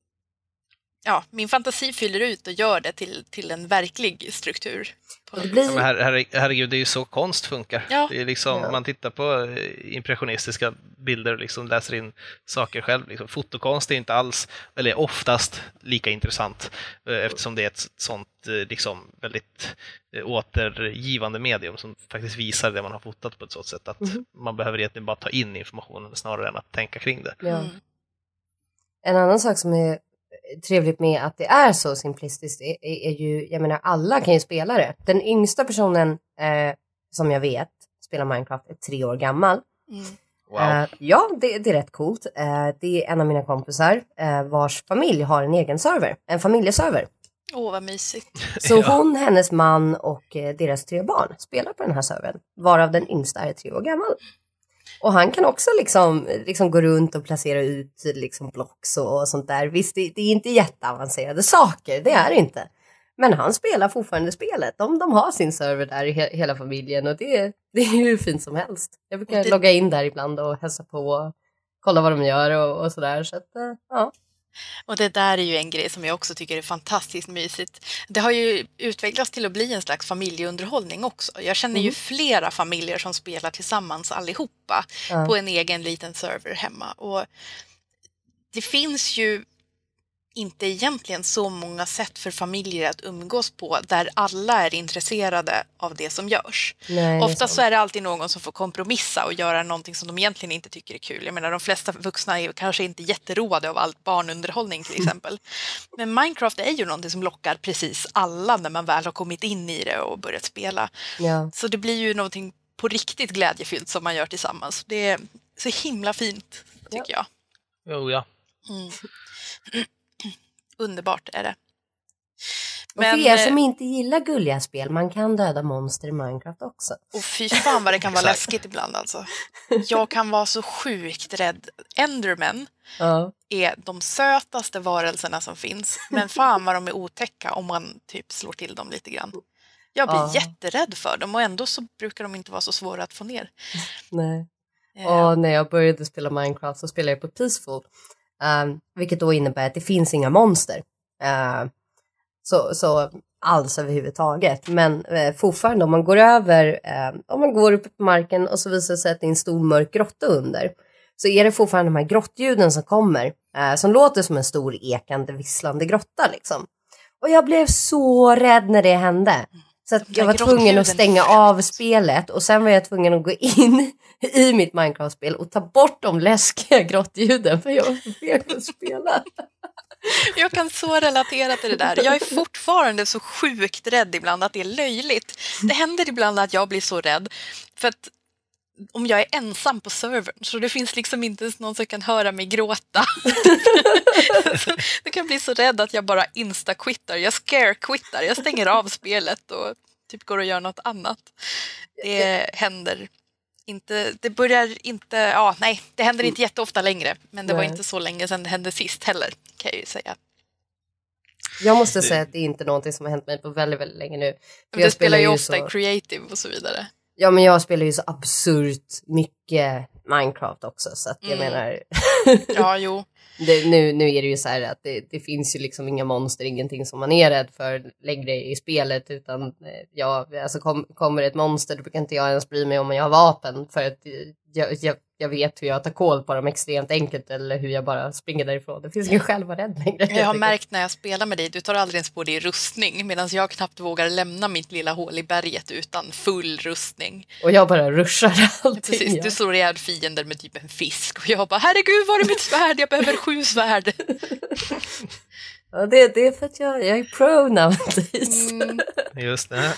Ja, min fantasi fyller ut och gör det till, till en verklig struktur. På Och det något blir- Ja, men her, her, herregud, det är ju så konst funkar. Ja. Det är liksom, Ja. man tittar på eh, impressionistiska bilder och liksom läser in saker själv. Liksom. Fotokonst är inte alls, eller oftast, lika intressant eh, eftersom det är ett sånt eh, liksom, väldigt eh, återgivande medium som faktiskt visar det man har fotat på ett sådant sätt att Mhm. man behöver egentligen bara ta in informationen snarare än att tänka kring det. Ja. Mm. En annan sak som är trevligt med att det är så simplistiskt är, är, är ju, jag menar alla kan ju spela det. Den yngsta personen eh, som jag vet spelar Minecraft är tre år gammal. Mm. Wow. Eh, ja, det, det är rätt coolt. Eh, det är en av mina kompisar eh, vars familj har en egen server, en familjeserver. Åh, vad mysigt. Så Ja. hon, hennes man och eh, deras tre barn spelar på den här servern, varav den yngsta är tre år gammal. Och han kan också liksom, liksom gå runt och placera ut liksom blocks och, och sånt där. Visst, det, det är inte jätteavancerade saker, det är det inte. Men han spelar fortfarande spelet. De, de har sin server där i he, hela familjen och det, det är hur fint som helst. Jag brukar Och det- logga in där ibland och hälsa på och kolla vad de gör och, och sådär. Så att, eh, ja. Och det där är ju en grej som jag också tycker är fantastiskt mysigt. Det har ju utvecklats till att bli en slags familjeunderhållning också. Jag känner ju Mm. flera familjer som spelar tillsammans allihopa Ja. på en egen liten server hemma. Och det finns ju inte egentligen så många sätt för familjer att umgås på där alla är intresserade av det som görs. Nej, Ofta så sant. är det alltid någon som får kompromissa och göra någonting som de egentligen inte tycker är kul. Jag menar, de flesta vuxna är ju kanske inte jätteroade av allt barnunderhållning till exempel. Men Minecraft är ju någonting som lockar precis alla när man väl har kommit in i det och börjat spela. Ja. Så det blir ju någonting på riktigt glädjefyllt som man gör tillsammans. Det är så himla fint, tycker jag. Jo, ja. Mm. Underbart är det. Och för er eh, som inte gillar gulliga spel, man kan döda monster i Minecraft också. Och fy fan vad det kan vara Exakt. läskigt ibland alltså. Jag kan vara så sjukt rädd. Endermen Ja. är de sötaste varelserna som finns. Men fan vad de är otäcka om man typ slår till dem lite grann. Jag blir Ja. jätterädd för dem och ändå så brukar de inte vara så svåra att få ner. Nej. Eh, Och när jag började spela Minecraft så spelade jag på Peaceful. Um, vilket då innebär att det finns inga monster. Uh, så, så alls överhuvudtaget. Men uh, fortfarande om man går över, uh, om man går upp på marken och så visar det sig att det är en stor mörk grotta under. Så är det fortfarande de här grottljuden som kommer. Uh, som låter som en stor ekande visslande grotta liksom. Och jag blev så rädd när det hände. Så att De där jag var tvungen grottljuden att stänga är av spelet och sen var jag tvungen att gå in i mitt Minecraft-spel och ta bort de läskiga grottljuden för jag var för feg för att spela. Jag kan så relatera till det där. Jag är fortfarande så sjukt rädd ibland att det är löjligt. Det händer ibland att jag blir så rädd för att om jag är ensam på servern så det finns liksom inte ens någon som kan höra mig gråta. Så det kan bli så rädd att jag bara insta-quittar. Jag scare-quittar. Jag stänger av spelet och typ går och gör något annat. Det händer inte, det börjar inte, ja nej, det händer inte jätteofta längre, men det nej. var inte så länge sedan det hände sist heller, kan jag ju säga. Jag måste säga att det är inte någonting som har hänt mig på väldigt, väldigt länge nu. För du spelar ju ofta så... creative och så vidare. Ja, men jag spelar ju så absurt mycket Minecraft också, så att jag mm. menar... ja, jo. Det, nu, nu är det ju så här att det, det finns ju liksom inga monster, ingenting som man är rädd för längre i spelet, utan ja, alltså kom, kommer ett monster, då brukar inte jag ens bry mig om jag har vapen, för att jag, jag, jag vet hur jag tar koll på dem extremt enkelt, eller hur jag bara springer därifrån. Det finns ingen själv vara rädd längre. Jag har märkt när jag spelar med dig, du tar aldrig ens på dig rustning, medan jag knappt vågar lämna mitt lilla hål i berget utan full rustning. Och jag bara ruschar allting. Precis, ja. Du slår ihjäl fiender med typ en fisk, och jag bara, herregud, var är mitt svärd? Jag behöver sju svärd. Ja, det, det är för att jag, jag är pro nowadays. Mm. Just det.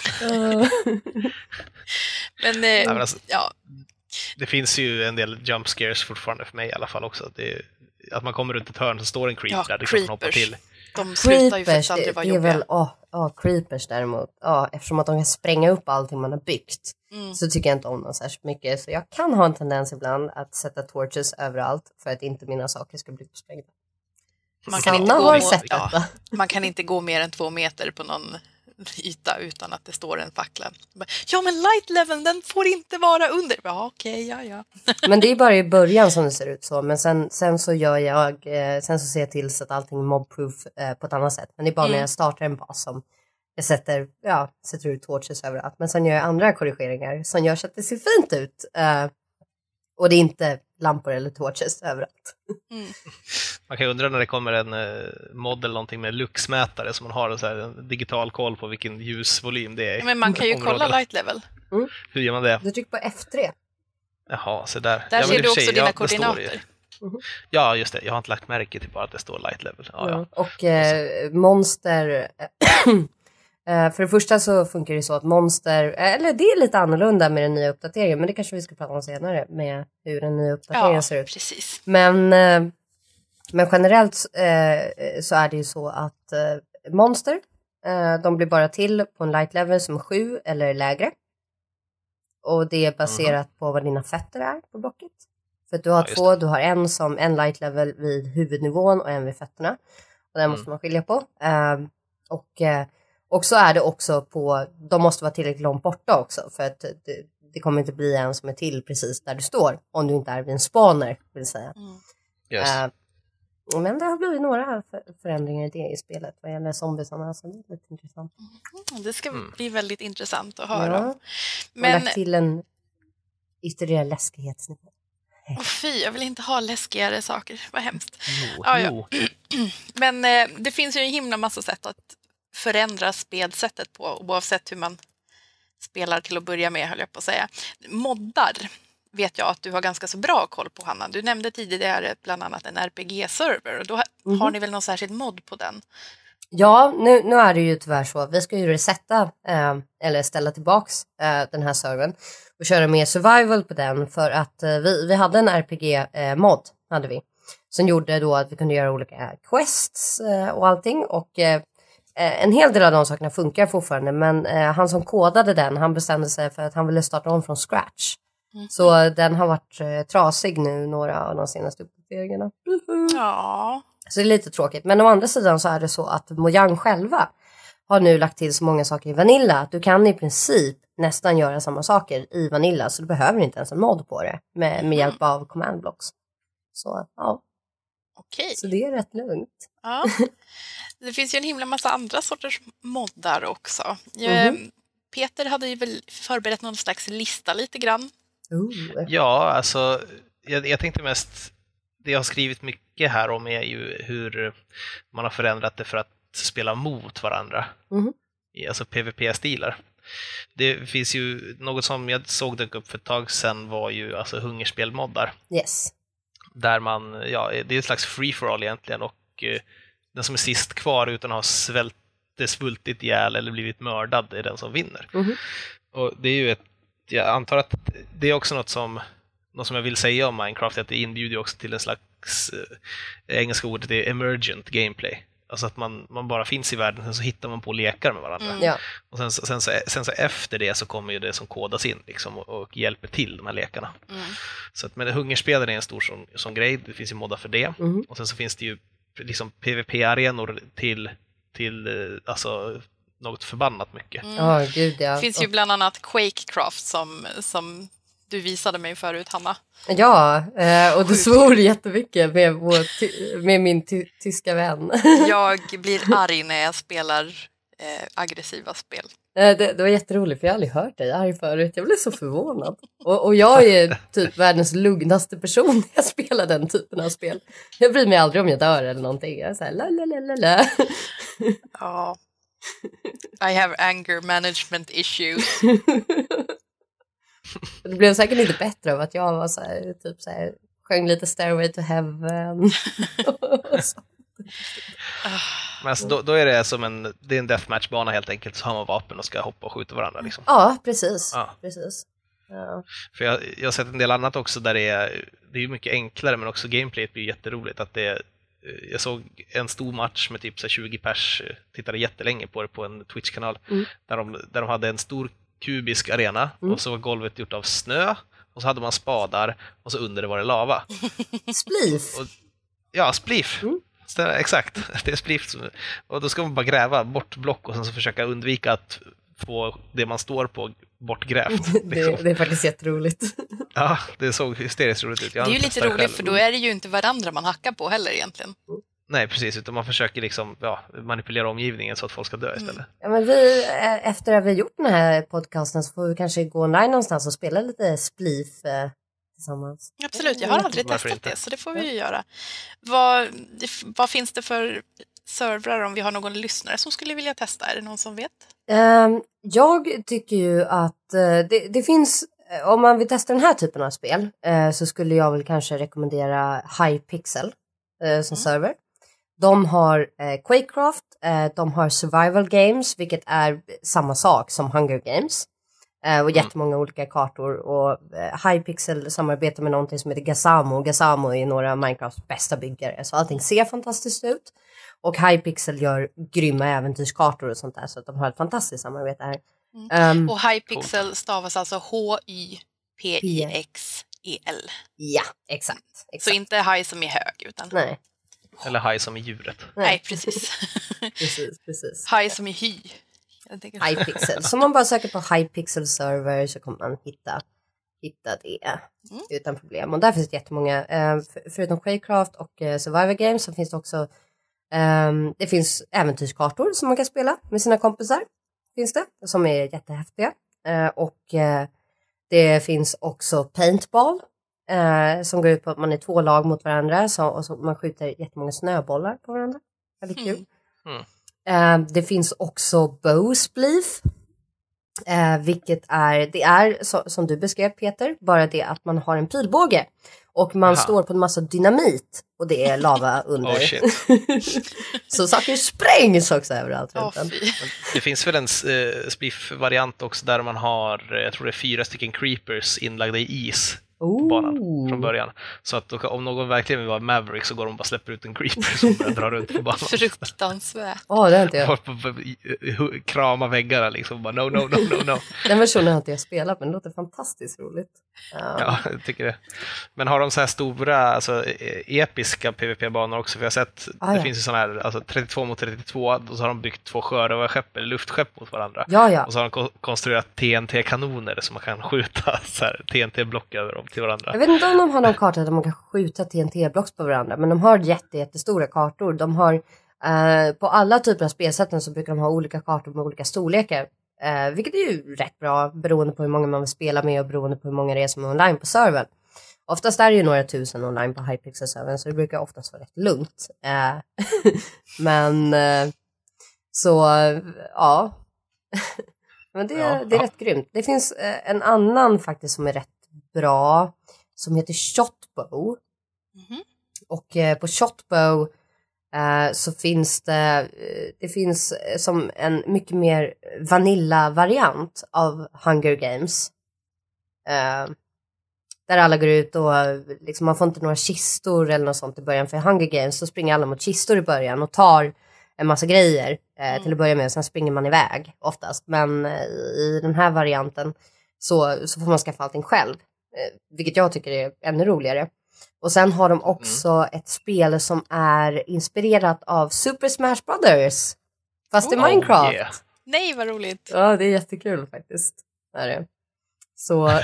Men, eh, ja, men alltså, ja. Det finns ju en del jump scares fortfarande för mig i alla fall också. Det är, att man kommer runt ett hörn så står en creeper ja, där, det kan man hoppa till. De slutar ju för att aldrig vara jobbiga. Väl, oh, oh, creepers däremot. Oh, eftersom att de kan spränga upp allting man har byggt. Mm. Så tycker jag inte om dem särskilt mycket. Så jag kan ha en tendens ibland att sätta torches överallt för att inte mina saker ska bli uppsprängda. Man kan, inte gå, sett ja, man kan inte gå mer än två meter på någon yta utan att det står en fackla. Ja, men light level, den får inte vara under. Ja, okej, okay, ja, ja. Men det är bara i början som det ser ut så. Men sen, sen så gör jag, eh, sen så ser jag till så att allting är mobproof eh, på ett annat sätt. Men det är bara mm. när jag startar en bas som jag sätter, ja, sätter ut torches överallt. Men sen gör jag andra korrigeringar som gör så att det ser fint ut. Eh, och det är inte lampor eller torches överallt. Mm. Man kan ju undra när det kommer en eh, mod eller någonting med luxmätare som man har så här, en digital koll på vilken ljusvolym det är. Ja, men man kan ju kolla light level. Mm. Hur gör man det? Du trycker på F tre. Jaha, så där. Där ja, ser du också sig, dina ja, koordinater. Mm. Ja, just det. Jag har inte lagt märke till bara att det står light level. Ja, mm. ja. Och eh, monster... Uh, för det första så funkar det så att monster, eller det är lite annorlunda med den nya uppdateringen, men det kanske vi ska prata om senare med hur den nya uppdateringen ja, ser ut. Precis. Men, uh, men generellt uh, så är det ju så att uh, monster, uh, de blir bara till på en light level som är sju eller lägre. Och det är baserat mm. på vad dina fötter är på blocket. För att du har ja, två, du har en som en light level vid huvudnivån och en vid fötterna. Och den mm. måste man skilja på. Uh, och uh, Och så är det också på, de måste vara tillräckligt långt borta också. För att det, det kommer inte bli en som är till precis där du står. Om du inte är vid en spawner, vill säga. Mm. Yes. Uh, men det har blivit några förändringar i det i spelet. Vad gäller zombiesarna, så det är lite intressant. Mm, det ska mm. bli väldigt intressant att höra. Ja. Men lagt till en ytterligare läskighetsnivå. Oh, fy, jag vill inte ha läskigare saker. Vad hemskt. No, ja, no. ja. Men eh, det finns ju en himla massa sätt att förändra spelsättet på, oavsett hur man spelar till att börja med, höll jag på att säga. Moddar vet jag att du har ganska så bra koll på, Hanna. Du nämnde tidigare bland annat en R P G-server, och då mm-hmm. har ni väl någon särskild mod på den? Ja, nu, nu är det ju tyvärr så. Vi ska ju resetta eh, eller ställa tillbaks eh, den här servern och köra mer survival på den, för att eh, vi, vi hade en R P G-mod, eh, hade vi. Som gjorde då att vi kunde göra olika quests eh, och allting, och eh, en hel del av de sakerna funkar fortfarande, men eh, han som kodade den, han bestämde sig för att han ville starta om från scratch. Mm. Så den har varit eh, trasig nu, några av de senaste uppdateringarna. Ja. Så det är lite tråkigt. Men å andra sidan så är det så att Mojang själva har nu lagt till så många saker i Vanilla att du kan i princip nästan göra samma saker i Vanilla, så du behöver inte ens en mod på det med, med mm. hjälp av command blocks. Så ja. Okej. Så det är rätt lugnt. Ja. Det finns ju en himla massa andra sorters moddar också. Mm-hmm. Peter hade ju väl förberett någon slags lista lite grann. Ooh. Ja, alltså jag, jag tänkte mest, det jag har skrivit mycket här om är ju hur man har förändrat det för att spela mot varandra. Mm-hmm. Alltså PvP-stilar. Det finns ju något som jag såg dök upp för ett tag sedan, var ju alltså hungerspelmoddar. Yes. Där man, ja, det är ett slags free-for-all egentligen, och eh, den som är sist kvar utan att ha svält, svultit ihjäl eller blivit mördad är den som vinner. Mm-hmm. Och det är ju ett, jag antar att det är också något som, något som jag vill säga om Minecraft, att det inbjuder också till en slags, eh, engelska ordet är emergent gameplay. alltså att man, man bara finns i världen, sen så hittar man på lekar med varandra. Mm. Ja. Och sen, sen, så, sen så efter det så kommer ju det som kodas in liksom, och, och hjälper till de här lekarna. Mm. Så att, men hungerspelen är en stor sån, sån grej, det finns ju moddar för det. Mm. Och sen så finns det ju liksom PvP-arenor till, till alltså, något förbannat mycket. Mm. Oh, gud, ja. Det finns ju bland annat Quakecraft som, som du visade mig förut, Hanna. Ja, eh, och du svor jättemycket med, vår ty- med min ty- tyska vän. Jag blir arg när jag spelar eh, aggressiva spel. Eh, det, det var jätteroligt för jag har aldrig hört dig arg förut. Jag blev så förvånad. Och, och jag är typ världens lugnaste person när jag spelar den typen av spel. Jag bryr mig aldrig om jag dör eller någonting. Jag är så här, la la la la la. Ja. I have anger management issues. Det blev säkert inte bättre av att jag var så här, typ så här, sjöng lite Stairway to Heaven. Men alltså, då, då är det som en, det är en deathmatch-bana helt enkelt, så har man vapen och ska hoppa och skjuta varandra liksom. Ja, precis. Ja. precis. Ja. För jag, jag har sett en del annat också där det är, det är mycket enklare, men också gameplayet blir jätteroligt. Att det, jag såg en stor match med typ så tjugo pers, tittade jättelänge på det på en Twitch-kanal, Mm. där, de, där de hade en stor kubisk arena, Mm. och så var golvet gjort av snö, och så hade man spadar, och så under det var det lava. Spliff. Och, ja, spliff. Mm. Stämmer, exakt, det är spliff. Och då ska man bara gräva bort block och sen så försöka undvika att få det man står på bortgrävt. Liksom. det, det är faktiskt jätteroligt. Ja, det såg hysteriskt roligt ut. Jag Det är ju har lite testat roligt själv. för då är det ju inte varandra man hackar på heller egentligen. Nej, precis, utan man försöker liksom, ja, manipulera omgivningen så att folk ska dö istället. Ja, men vi, eh, efter att vi har gjort den här podcasten så får vi kanske gå online någonstans och spela lite spliff eh, tillsammans. Absolut, jag har aldrig Varför testat inte? det, så det får vi ju göra. Vad, vad finns det för servrar om vi har någon lyssnare som skulle vilja testa? Är det någon som vet? Um, jag tycker ju att uh, det, det finns, uh, om man vill testa den här typen av spel uh, så skulle jag väl kanske rekommendera Hypixel uh, som Mm. server. De har uh, Quakecraft, uh, de har Survival Games, vilket är samma sak som Hunger Games. Uh, och jättemånga olika kartor, och uh, Hypixel samarbetar med någonting som heter Gazamo. Gazamo är några av Minecrafts bästa byggare, så allting ser fantastiskt ut. Och Hypixel gör grymma äventyrskartor och sånt där, så att de har ett fantastiskt samarbete här. Mm. Um, Och Hypixel stavas alltså H Y P I X E L. ja, exakt. exakt. Så inte high som är hög, utan Nej, Eller haj som i djuret. nej. nej, precis. precis, precis. High som är hy. Jag tänker- Hypixel. Så om man bara söker på Hypixel server så kommer man hitta, hitta det Mm. utan problem. Och där finns det jättemånga, eh, för, förutom Quakecraft och eh, Survivor Games så finns det också Um, det finns äventyrskartor som man kan spela med sina kompisar. Finns det, som är jättehäftiga. Uh, och uh, det finns också paintball. Uh, som går ut på att man är två lag mot varandra. Så, och så man skjuter jättemånga snöbollar på varandra. Väldigt kul. Mm. Uh, det finns också bowspleef. Uh, vilket är, det är så, som du beskrev Peter, bara det att man har en pilbåge. Och man Aha. står på en massa dynamit. Och det är lava under. Oh, shit. Så saker sprängs också överallt Åh, runt den. fy. Det finns väl en uh, spliff-variant också där man har, jag tror det är fyra stycken creepers inlagda i is på banan från början. Så att då, om någon verkligen vill vara Maverick så går de bara släpper ut en creeper som börjar dra runt på banan. Fruktansvärt. Åh, det har inte jag. Folk på- på- hu- krama väggarna liksom, bara no, no, no, no, no. Den versionen har inte jag spelat, men det låter fantastiskt roligt. Ja. Ja, jag tycker det. Men har de så här stora, alltså e- episka PvP-banor också? För jag har sett, Ah, det ja. finns ju sådana här, alltså trettiotvå mot trettiotvå, och så har de byggt två sjörövarskepp, eller luftskepp mot varandra. Ja, ja. Och så har de ko- konstruerat T N T-kanoner som man kan skjuta så här, T N T-block över dem till varandra. Jag vet inte om de har någon karta där man kan skjuta T N T-blocks på varandra, men de har jätte, jättestora kartor. De har, eh, på alla typer av spelsätten så brukar de ha olika kartor med olika storlekar. Eh, vilket är ju rätt bra beroende på hur många man vill spela med och beroende på hur många det är som är online på servern. Oftast är det ju några tusen online på Hypixel-servern, så det brukar oftast vara rätt lugnt. Eh, men eh, så, ja. Men det, Ja, det är ja. rätt grymt. Det finns eh, en annan faktiskt som är rätt bra, som heter Shotbow. Mhm. Och eh, på Shotbow eh, så finns det, eh, det finns eh, som en mycket mer vanilla-variant av Hunger Games. Eh, där alla går ut och liksom, man får inte några kistor eller något sånt i början. För i Hunger Games så springer alla mot kistor i början och tar en massa grejer eh, mm. till att börja med. Sen springer man iväg oftast. Men eh, i den här varianten så, så får man skaffa allting själv. Eh, vilket jag tycker är ännu roligare. Och sen har de också mm. ett spel som är inspirerat av Super Smash Brothers. Fast oh, i Minecraft. Yeah. Nej, vad roligt. Ja, det är jättekul faktiskt. Det är det. Så...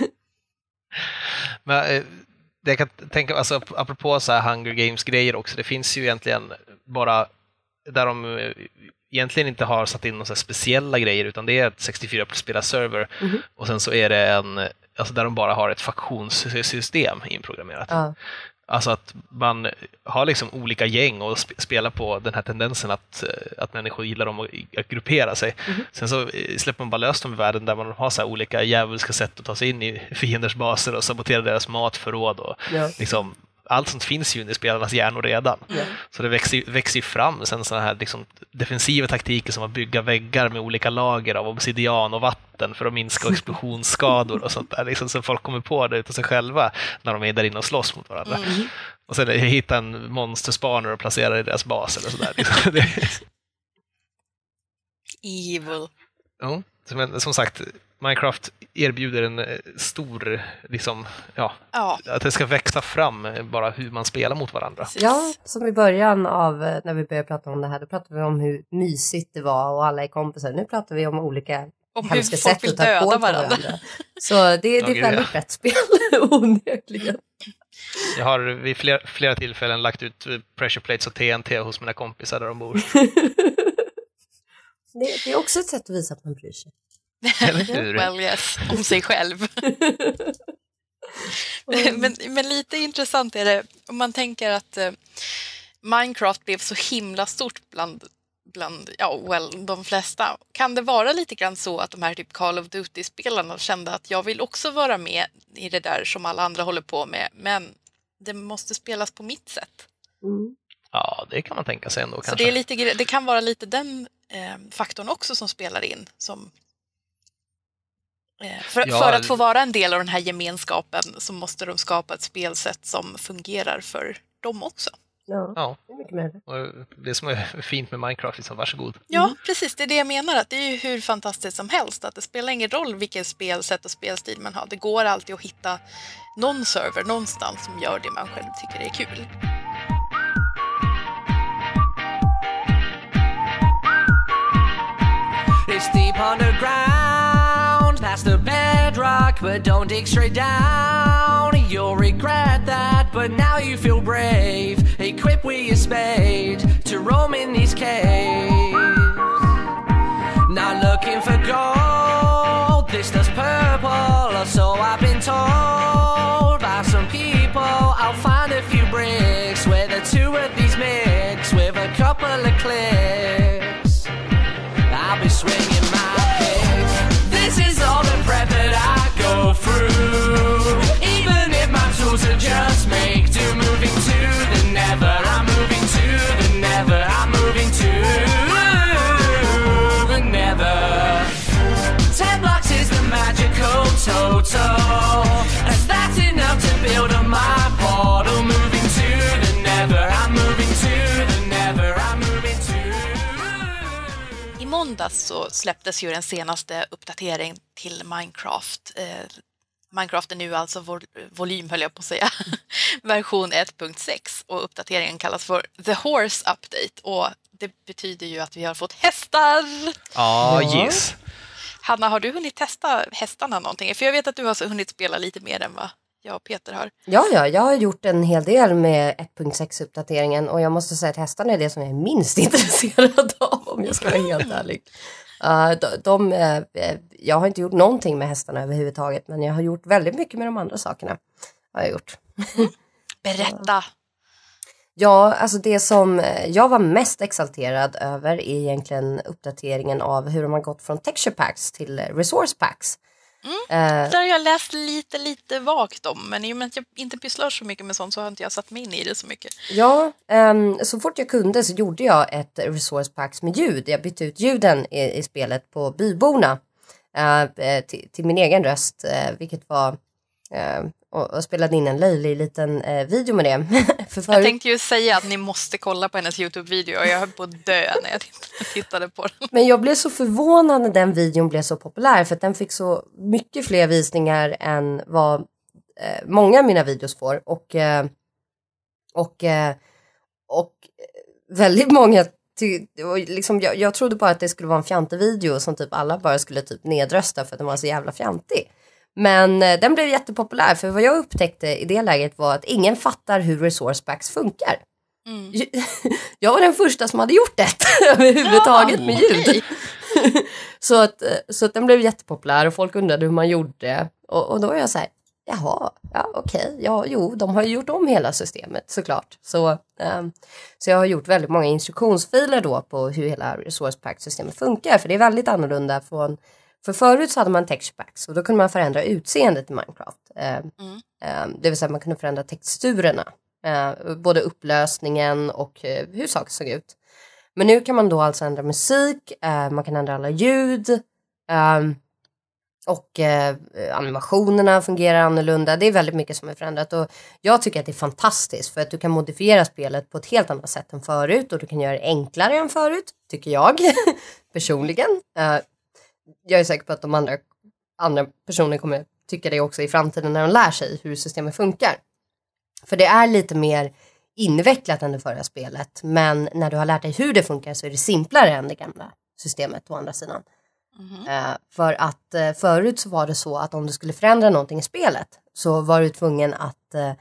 Men det jag kan tänka, alltså apropå så här Hunger Games-grejer också, det finns ju egentligen bara där de egentligen inte har satt in några så här speciella grejer, utan det är ett sextiofyra spelare server mm-hmm. och sen så är det en, alltså där de bara har ett faktionssystem inprogrammerat. Ja. Alltså att man har liksom olika gäng och sp- spelar på den här tendensen att, att människor gillar dem att gruppera sig. Mm-hmm. Sen så släpper man bara lös dem i världen där man har så här olika djävulska sätt att ta sig in i fienders baser och sabotera deras matförråd. Och ja. liksom, allt sånt finns ju i spelarnas hjärnor redan. Mm. Så det växer, växer ju fram sen sådana här liksom, defensiva taktiker som att bygga väggar med olika lager av obsidian och vatten för att minska explosionsskador och sånt där. Liksom, så folk kommer på det utav sig själva när de är där inne och slåss mot varandra. Mm. Och sen hitta en monsterspaner och placera i deras bas eller sådär. Liksom. Evil. Ja, men som sagt, Minecraft erbjuder en stor, liksom, ja, ja, att det ska växa fram bara hur man spelar mot varandra. Ja, som i början av när vi började prata om det här, då pratade vi om hur mysigt det var och alla är kompisar. Nu pratar vi om olika om hemska sätt att ta på varandra. varandra. Så det, det är ja, väldigt rätt spel, onekligen. Jag har vid flera, flera tillfällen lagt ut pressure plates och T N T hos mina kompisar där de bor. det, det är också ett sätt att visa att man bryr sig. Well, yes, om sig själv. men, men lite intressant är det om man tänker att uh, Minecraft blev så himla stort bland, bland ja, well, de flesta. Kan det vara lite grann så att de här typ Call of Duty-spelarna kände att jag vill också vara med i det där som alla andra håller på med, men det måste spelas på mitt sätt? Mm. Ja, det kan man tänka sig ändå. Så kanske. Det, är lite, det kan vara lite den eh, faktorn också som spelar in som För, ja, för att få vara en del av den här gemenskapen så måste de skapa ett spelsätt som fungerar för dem också. Ja, ja. Det är mycket möjligt. Och det som är fint med Minecraft, liksom, varsågod. Ja, mm. precis. Det är det jag menar. Att det är ju hur fantastiskt som helst. Att det spelar ingen roll vilket spelsätt och spelstil man har. Det går alltid att hitta någon server någonstans som gör det man själv tycker är kul. It's deep underground, past the bedrock, but don't dig straight down. You'll regret that, but now you feel brave. Equipped with your spade to roam in these caves. Not looking for gold, this does purple, or so I've been told by some people. I'll find a few bricks where the two of these mix with a couple of clicks. I'll be swinging my pick. This is all the prep that I go through. Even if my tools are just make do. Moving to the never, I'm moving to the never, I'm moving to the never. Ten blocks is the magical total, as that's enough to build on my portal. Moving to the never, I'm moving to the never, I'm moving to. I måndags så släpptes ju den senaste uppdateringen till Minecraft. Eh, Minecraft är nu alltså vol- volym, höll jag på att säga, version ett punkt sex, och uppdateringen kallas för The Horse Update, och det betyder ju att vi har fått hästar. Ah, ja, yes. Hanna, har du hunnit testa hästarna någonting? För jag vet att du har hunnit spela lite mer än vad jag och Peter har. Ja, ja, jag har gjort en hel del med ett punkt sex-uppdateringen, och jag måste säga att hästarna är det som jag är minst intresserad av, om jag ska vara helt ärlig. Uh, de, de, uh, jag har inte gjort någonting med hästarna överhuvudtaget, men jag har gjort väldigt mycket med de andra sakerna. Har jag gjort. Berätta! Uh, ja, alltså det som jag var mest exalterad över är egentligen uppdateringen av hur de har gått från texture packs till resource packs. Mm. Uh, det har jag läst lite, lite vagt om, men i och med att jag inte pysslar så mycket med sånt så har inte jag satt mig in i det så mycket. Ja, um, så fort jag kunde så gjorde jag ett resource packs med ljud. Jag bytte ut ljuden i, i spelet på byborna uh, till, till min egen röst, uh, vilket var eh, och, och spelade in en löjlig liten eh, video med det. För förut... Jag tänkte ju säga att ni måste kolla på hennes YouTube-video och jag höll på att dö när jag tittade på den. Men jag blev så förvånad när den videon blev så populär för att den fick så mycket fler visningar än vad eh, många av mina videos får. Och, eh, och, eh, och väldigt många ty- och liksom, jag, jag trodde bara att det skulle vara en fjantig video som typ alla bara skulle typ nedrösta för att den var så jävla fjantig. Men eh, den blev jättepopulär för vad jag upptäckte i det läget var att ingen fattar hur resource packs funkar. Mm. Jag var den första som hade gjort det överhuvudtaget med ljud. så, att, så att den blev jättepopulär och folk undrade hur man gjorde. Och, och då var jag så här, jaha, ja okej, okay, ja jo, de har ju gjort om hela systemet såklart. Så, um, så jag har gjort väldigt många instruktionsfiler då på hur hela resource pack-systemet funkar. För det är väldigt annorlunda från, för förut så hade man texture packs och då kunde man förändra utseendet i Minecraft. Uh, mm. uh, det vill säga man kunde förändra texturerna. Uh, både upplösningen och uh, hur saker såg ut. Men nu kan man då alltså ändra musik, uh, man kan ändra alla ljud um, och uh, animationerna fungerar annorlunda. Det är väldigt mycket som är förändrat och jag tycker att det är fantastiskt för att du kan modifiera spelet på ett helt annat sätt än förut och du kan göra det enklare än förut, tycker jag personligen. Uh, jag är säker på att de andra, andra personer kommer tycka det också i framtiden när de lär sig hur systemet funkar. För det är lite mer invecklat än det förra spelet. Men när du har lärt dig hur det funkar så är det simplare än det gamla systemet å andra sidan. Mm-hmm. Uh, för att uh, förut så var det så att om du skulle förändra någonting i spelet så var du tvungen att uh,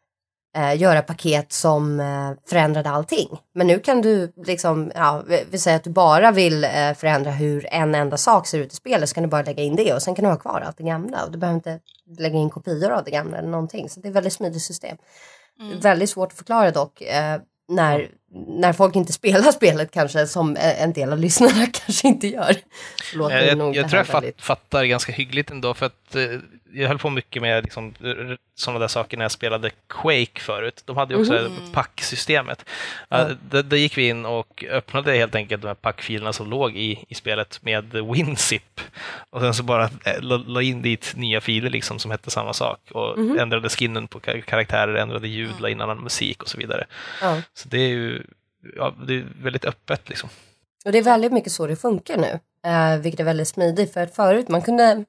uh, göra paket som uh, förändrade allting. Men nu kan du liksom, ja, vi säger att du bara vill uh, förändra hur en enda sak ser ut i spelet så kan du bara lägga in det och sen kan du ha kvar allt det gamla och du behöver inte lägga in kopior av det gamla eller någonting. Så det är ett väldigt smidigt system. Mm. Väldigt svårt att förklara dock eh, när, när folk inte spelar spelet kanske som en del av lyssnarna kanske inte gör. Jag, jag, jag tror jag fatt, fattar ganska hyggligt ändå för att eh, jag höll på mycket med liksom, sådana där saker när jag spelade Quake förut. De hade ju också mm. packsystemet. Mm. Uh, där, där gick vi in och öppnade helt enkelt de här packfilerna som låg i, i spelet med WinZip. Och sen så bara la, la in dit nya filer liksom, som hette samma sak. Och mm. ändrade skinnen på karaktärer, ändrade ljud, mm. la in annan musik och så vidare. Mm. Så det är ju ja, det är väldigt öppet liksom. Och det är väldigt mycket så det funkar nu. Uh, vilket är väldigt smidigt. För att förut man kunde...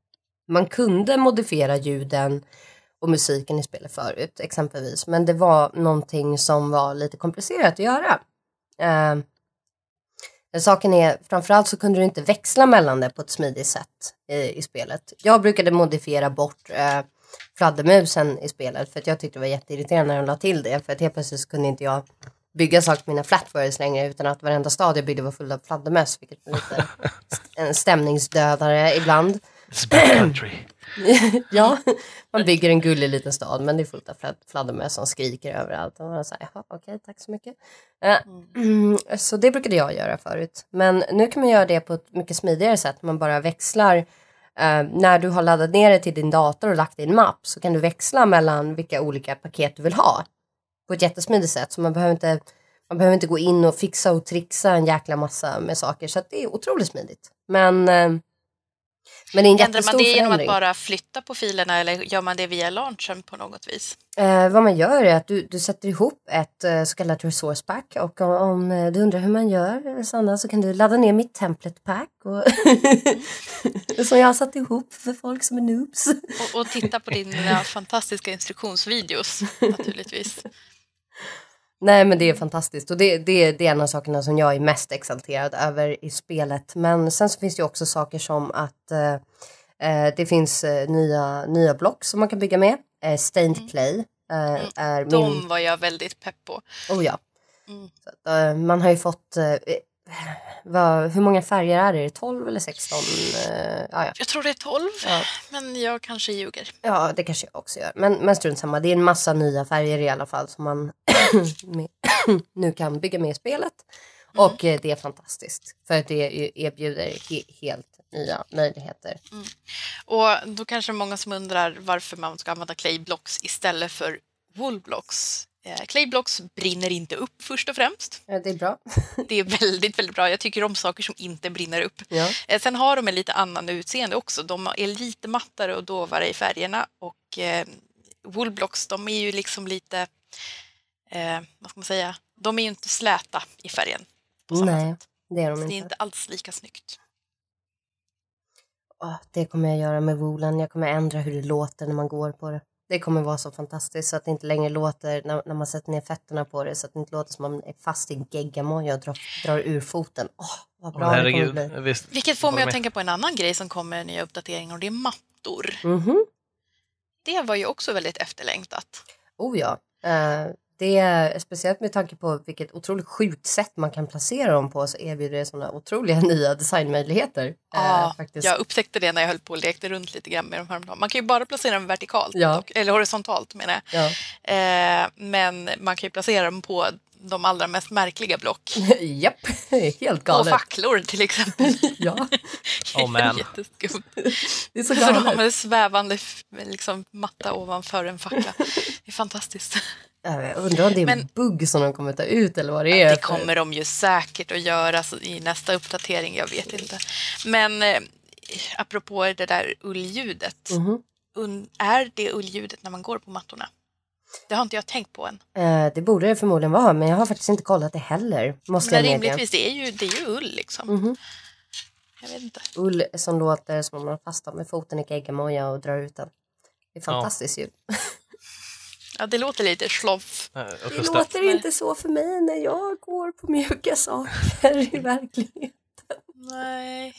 Man kunde modifiera ljuden och musiken i spelet förut exempelvis. Men det var någonting som var lite komplicerat att göra. Eh, saken är, framförallt så kunde du inte växla mellan det på ett smidigt sätt i, i spelet. Jag brukade modifiera bort eh, fladdermusen i spelet. För att jag tyckte det var jätteirriterande när de la till det. För att helt plötsligt så kunde inte jag bygga saker på mina flatwares längre utan att varenda stad jag byggde var full av fladdermöss. Vilket var lite en stämningsdödare ibland. Ja, man bygger en gullig liten stad men det är fullt av fladdermöss som skriker överallt och man säger, okej, okay, tack så mycket. Mm. Så det brukade jag göra förut. Men nu kan man göra det på ett mycket smidigare sätt. Man bara växlar, uh, när du har laddat ner det till din dator och lagt i en mapp så kan du växla mellan vilka olika paket du vill ha. På ett jättesmidigt sätt så man behöver inte, man behöver inte gå in och fixa och trixa en jäkla massa med saker. Så att det är otroligt smidigt. Men... Uh, Men det är en Ändrar man det genom förändring. Att bara flytta på filerna eller gör man det via launchen på något vis? Eh, vad man gör är att du, du sätter ihop ett eh, så kallat resource pack och om, om du undrar hur man gör Sanna, så kan du ladda ner mitt template pack och som jag har satt ihop för folk som är noobs. Och, och titta på dina fantastiska instruktionsvideos naturligtvis. Nej, men det är fantastiskt och det, det, det är en av sakerna som jag är mest exalterad över i spelet. Men sen så finns det ju också saker som att eh, det finns eh, nya, nya block som man kan bygga med. Eh, Stained mm. Clay eh, är De min... var jag väldigt pepp på. Oh ja. Mm. Så att, eh, man har ju fått... Eh, vad, hur många färger är det? tolv eller sexton? Eh, ja, ja. Jag tror det är tolv, ja. Men jag kanske ljuger. Ja, det kanske jag också gör. Men, men strunt samma, det är en massa nya färger i alla fall som man nu kan bygga med i spelet. Mm. Och eh, det är fantastiskt. För att det erbjuder he- helt nya möjligheter. Mm. Och då kanske många som undrar varför man ska använda clayblocks istället för woolblocks. Clayblocks brinner inte upp först och främst. Ja, det är bra. Det är väldigt, väldigt bra. Jag tycker om saker som inte brinner upp. Ja. Sen har de en lite annan utseende också. De är lite mattare och dovare i färgerna. Och och eh, woolblocks, de är ju liksom lite, eh, vad ska man säga, de är ju inte släta i färgen på samma Nej, sätt. det är de Så inte. det är inte alls lika snyggt. Oh, det kommer jag göra med woolen. Jag kommer ändra hur det låter när man går på det. Det kommer vara så fantastiskt så att det inte längre låter när, när man sätter ner fötterna på det, så att det inte låter som man är fast i geggamoja och drar, drar ur foten. Åh, oh, vad bra oh, det kommer bli. Visst, Vilket får mig att tänka på en annan grej som kommer i nya uppdateringar, och det är mattor. Mm-hmm. Det var ju också väldigt efterlängtat. Oh ja. Uh, det är speciellt med tanke på vilket otroligt sjukt sätt man kan placera dem på, så erbjuder det sådana otroliga nya designmöjligheter. Ja, uh, faktiskt. Jag upptäckte det när jag höll på och lekte runt lite grann med dem häromdagen. Man kan ju bara placera dem vertikalt, ja. dock, eller horisontalt menar jag. Ja. Eh, men man kan ju placera dem på de allra mest märkliga block. Japp, helt galet. På facklor till exempel. Ja. Oh man. Jätteskumt. Det är så galet. galet. Så de har en svävande liksom, matta ovanför en fackla. Det är fantastiskt. Jag undrar om det är Men, en bugg som de kommer ta ut eller vad det är. Det kommer de ju säkert att göra i nästa uppdatering, jag vet inte. Men eh, apropå det där ullljudet. Mm-hmm. Un, är det ullljudet när man går på mattorna? Det har inte jag tänkt på än. Eh, det borde det förmodligen vara, men jag har faktiskt inte kollat det heller. Måste men jag rimligtvis, det är, ju, det är ju ull liksom. Mm-hmm. Jag vet inte. Ull som låter som om man fastnar med foten i geggamoja och drar ut den. Det är fantastiskt ljud. Ja, det låter lite sloff. Det låter inte så för mig när jag går på mjuka saker i verkligheten. Nej.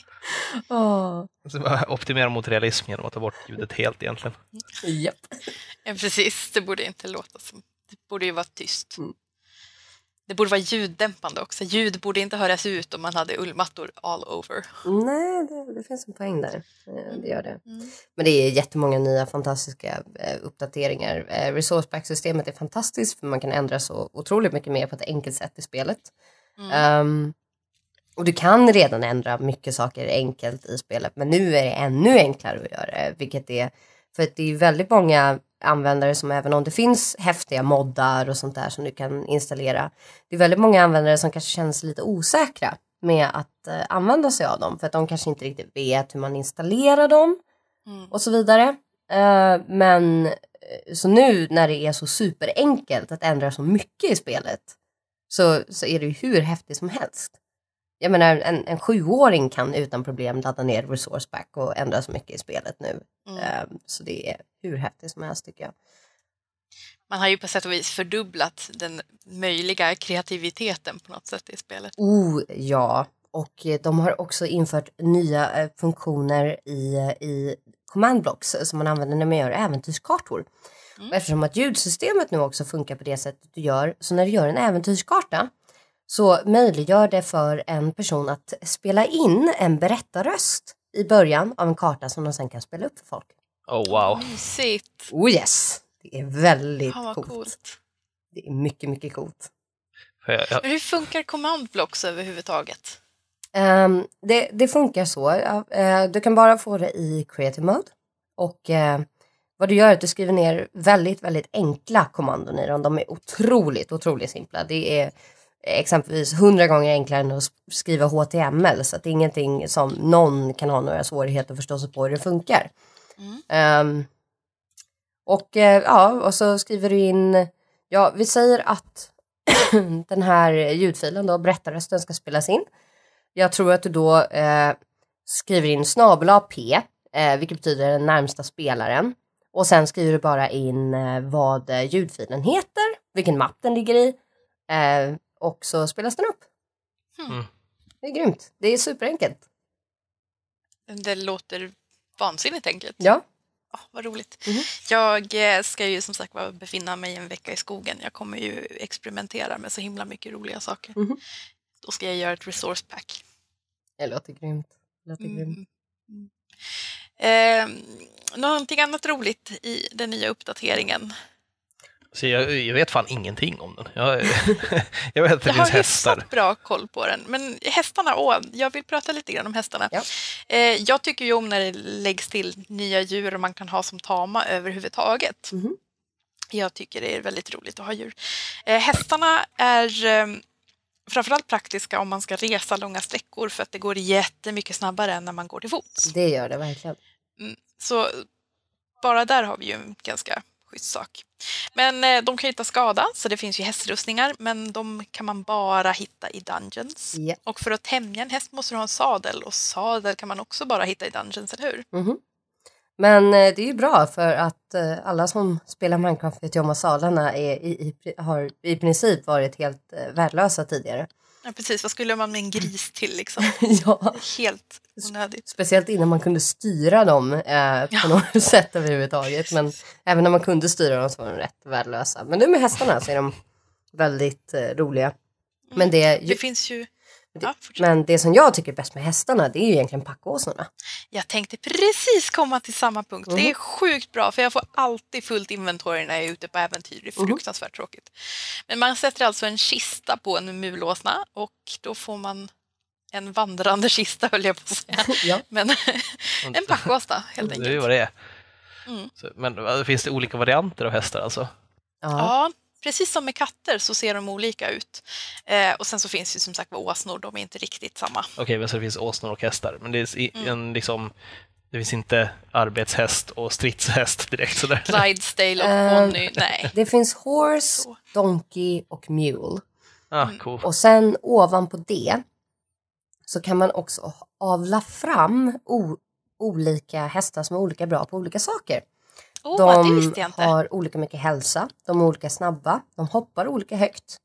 Oh. Optimera mot realism genom att ta bort ljudet helt egentligen. Japp. Ja, precis. Det borde inte låta som... Det borde ju vara tyst. Mm. Det borde vara ljuddämpande också. Ljud borde inte höras ut om man hade ullmattor all over. Nej, det, det finns en poäng där. Det gör det. Mm. Men det är jättemånga nya fantastiska eh, uppdateringar. Eh, Resource Pack-systemet är fantastiskt för man kan ändra så otroligt mycket mer på ett enkelt sätt i spelet. Mm. Um, och du kan redan ändra mycket saker enkelt i spelet, men nu är det ännu enklare att göra det. Vilket är, för att det är väldigt många användare som, även om det finns häftiga moddar och sånt där som du kan installera, det är väldigt många användare som kanske känns lite osäkra med att eh, använda sig av dem, för att de kanske inte riktigt vet hur man installerar dem mm. och så vidare. Uh, men så nu när det är så superenkelt att ändra så mycket i spelet, så, så är det ju hur häftigt som helst. Jag menar, en, en sjuåring kan utan problem ladda ner Resource Pack och ändra så mycket i spelet nu. Mm. Um, så det är hur häftigt som helst tycker jag. Man har ju på sätt och vis fördubblat den möjliga kreativiteten på något sätt i spelet. Oh, ja. Och de har också infört nya uh, funktioner i, i command blocks som man använder när man gör äventyrskartor. Mm. Och eftersom att ljudsystemet nu också funkar på det sättet du gör, så när du gör en äventyrskarta så möjliggör det för en person att spela in en berättarröst i början av en karta som de sen kan spela upp för folk. Oh wow. Mysigt. Oh yes, det är väldigt ja, coolt. coolt. Det är mycket, mycket coolt. Jag, jag... Hur funkar command blocks överhuvudtaget? Um, det, det funkar så. Uh, du kan bara få det i creative mode. Och uh, vad du gör är att du skriver ner väldigt, väldigt enkla kommandon i dem. De är otroligt, otroligt simpla. Det är exempelvis hundra gånger enklare än att skriva H T M L, så att det är ingenting som någon kan ha några svårigheter att förstå sig på hur det funkar. Mm. Um, och uh, ja, och så skriver du in, ja, vi säger att den här ljudfilen då, berättarrösten, ska spelas in. Jag tror att du då uh, skriver in snabel-a p, uh, vilket betyder den närmsta spelaren, och sen skriver du bara in uh, vad uh, ljudfilen heter, vilken mapp den ligger i, uh, och så spelas den upp. Mm. Det är grymt. Det är superenkelt. Det låter vansinnigt enkelt. Ja. Oh, vad roligt. Mm. Jag ska ju som sagt befinna mig en vecka i skogen. Jag kommer ju experimentera med så himla mycket roliga saker. Mm. Då ska jag göra ett resource pack. Det låter grymt. Det låter mm. grymt. Mm. Eh, någonting annat roligt i den nya uppdateringen? Så jag, jag vet fan ingenting om den. Jag, jag vet att det jag finns hästar. Jag har bra koll på den. Men hästarna, åh, jag vill prata lite grann om hästarna. Ja. Eh, jag tycker ju om när det läggs till nya djur man kan ha som tama överhuvudtaget. Mm. Jag tycker det är väldigt roligt att ha djur. Eh, hästarna är eh, framförallt praktiska om man ska resa långa sträckor, för att det går jättemycket snabbare än när man går till fots. Det gör det verkligen. Mm, så bara där har vi ju en ganska schysst sak. Men eh, de kan hitta skada, så det finns ju hästrustningar, men de kan man bara hitta i dungeons. Yeah. Och för att tämja en häst måste du ha en sadel, och sadel kan man också bara hitta i dungeons, eller hur? Mm-hmm. Men eh, det är ju bra för att eh, alla som spelar Minecraft vet ju om att sadlarna är i, i, har i princip varit helt eh, värdelösa tidigare. Ja, precis. Vad skulle man med en gris till liksom? Ja. Helt onödigt. Speciellt innan man kunde styra dem eh, på ja. något sätt överhuvudtaget. Men även när man kunde styra dem så var de rätt värdelösa. Men nu med hästarna så är de väldigt eh, roliga. Mm. Men det, det finns ju... Det, ja, men det som jag tycker är bäst med hästarna, det är ju egentligen packåsnorna. Jag tänkte precis komma till samma punkt. Mm. Det är sjukt bra, för jag får alltid fullt inventory när jag är ute på äventyr. Det är fruktansvärt mm. tråkigt. Men man sätter alltså en kista på en mulåsna, och då får man en vandrande kista, höll jag på att säga. Ja. Men en packåsna, helt enkelt. Det är vad det är. Mm. Så, men finns det olika varianter av hästar alltså? Ja. ja. Precis som med katter så ser de olika ut. Eh, och sen så finns ju som sagt åsnor, de är inte riktigt samma. Okej, okay, men så det finns åsnor och hästar. Men det, är i, mm. en, liksom, det finns inte arbetshäst och stridshäst direkt sådär. Clydesdale och ponny, uh, nej. Det finns horse, så. donkey och mule. Ah, cool. Och sen ovanpå det så kan man också avla fram o- olika hästar som är olika bra på olika saker. Oh, de det visste jag inte. har olika mycket hälsa, de är olika snabba, de hoppar olika högt.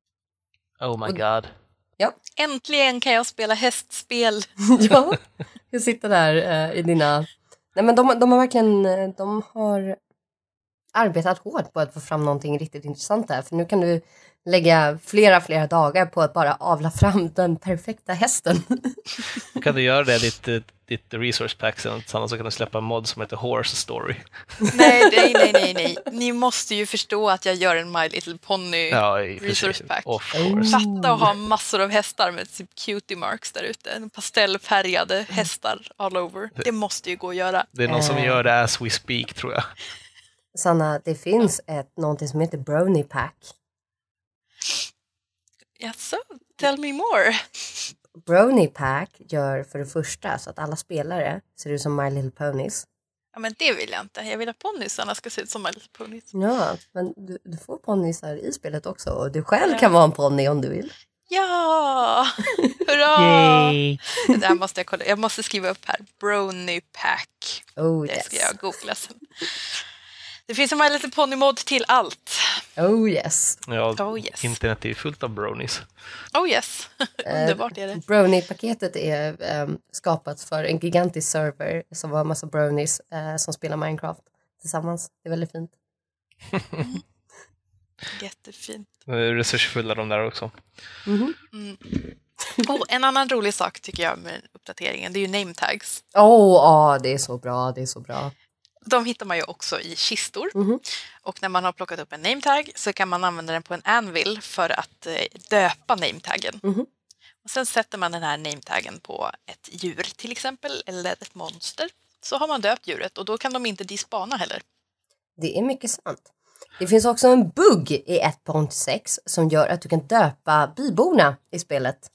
Oh my god. Ja. Äntligen kan jag spela hästspel. Ja, jag sitter där uh, i dina... Nej, men de, de har verkligen de har arbetat hårt på att få fram någonting riktigt intressant där. För nu kan du lägga flera, flera dagar på att bara avla fram den perfekta hästen. Kan du göra det ditt, ditt resource pack sen, så kan du släppa en mod som heter Horse Story. Nej, nej, nej, nej, nej. Ni måste ju förstå att jag gör en My Little Pony ja, resource pack. Of course. Fatta att ha massor av hästar med typ cutie marks där ute. Pastellfärgade hästar all over. Det måste ju gå att göra. Det är någon som gör det as we speak, tror jag. Sanna, det finns ett, någonting som heter Brony Pack. Yes, so tell me more. Brony Pack gör för det första så att alla spelare ser ut som My Little Ponies. Ja, men det vill jag inte. Jag vill ha ponnysarna ska se ut som My Little Ponies. Ja, men du, du får ponnysar i spelet också. Och du själv ja. kan vara en ponny om du vill. Ja! Hurra! Det här måste jag kolla. Jag måste skriva upp här. Brony Pack. Oh, det yes. ska jag googla sen. Det finns en My Little Pony-mod till allt. Oh yes. Ja, oh, yes. Internet är fullt av bronies. Oh yes. Underbart är det. Uh, Brony-paketet är um, skapat för en gigantisk server som har en massa bronies uh, som spelar Minecraft tillsammans. Det är väldigt fint. Mm. Jättefint. Resursfulla de där också. Mm-hmm. Mm. Oh, en annan rolig sak tycker jag med uppdateringen, det är ju name tags. Åh, oh, oh, det är så bra, det är så bra. De hittar man ju också i kistor. Mm-hmm. Och när man har plockat upp en nametag så kan man använda den på en anvil för att eh, döpa nametaggen. Mm-hmm. Och sen sätter man den här nametaggen på ett djur till exempel, eller ett monster. Så har man döpt djuret och då kan de inte dispana heller. Det är mycket sant. Det finns också en bugg i ett punkt sex som gör att du kan döpa byborna i spelet.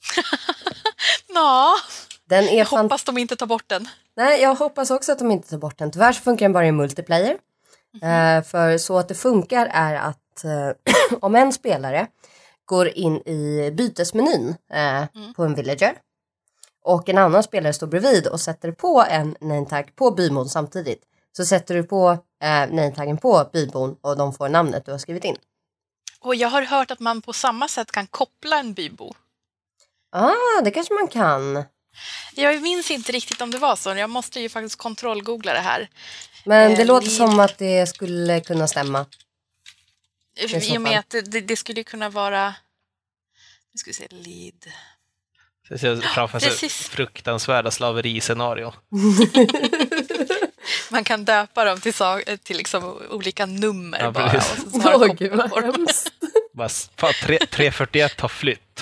Nå, den är jag fan... hoppas de inte tar bort den. Nej, jag hoppas också att de inte tar bort den. Tyvärr så funkar den bara i multiplayer. Mm-hmm. Uh, för så att det funkar är att uh, om en spelare går in i bytesmenyn uh, mm. på en villager och en annan spelare står bredvid och sätter på en nametag på bybon samtidigt, så sätter du på uh, nametaggen på bybon och de får namnet du har skrivit in. Och jag har hört att man på samma sätt kan koppla en bybo. Ah, det kanske man kan. Jag minns inte riktigt om det var så. Jag måste ju faktiskt kontrollgoogla det här. Men det eh, låter lead... som att det skulle kunna stämma. I och med att det, det skulle kunna vara... Nu ska vi se, lead... Jag ser framför sig fruktansvärda slaveriscenario. Man kan döpa dem till, till liksom olika nummer ja, bara. Och så så Åh, gud vad hemskt. Bara, tre fyrtioett har flytt.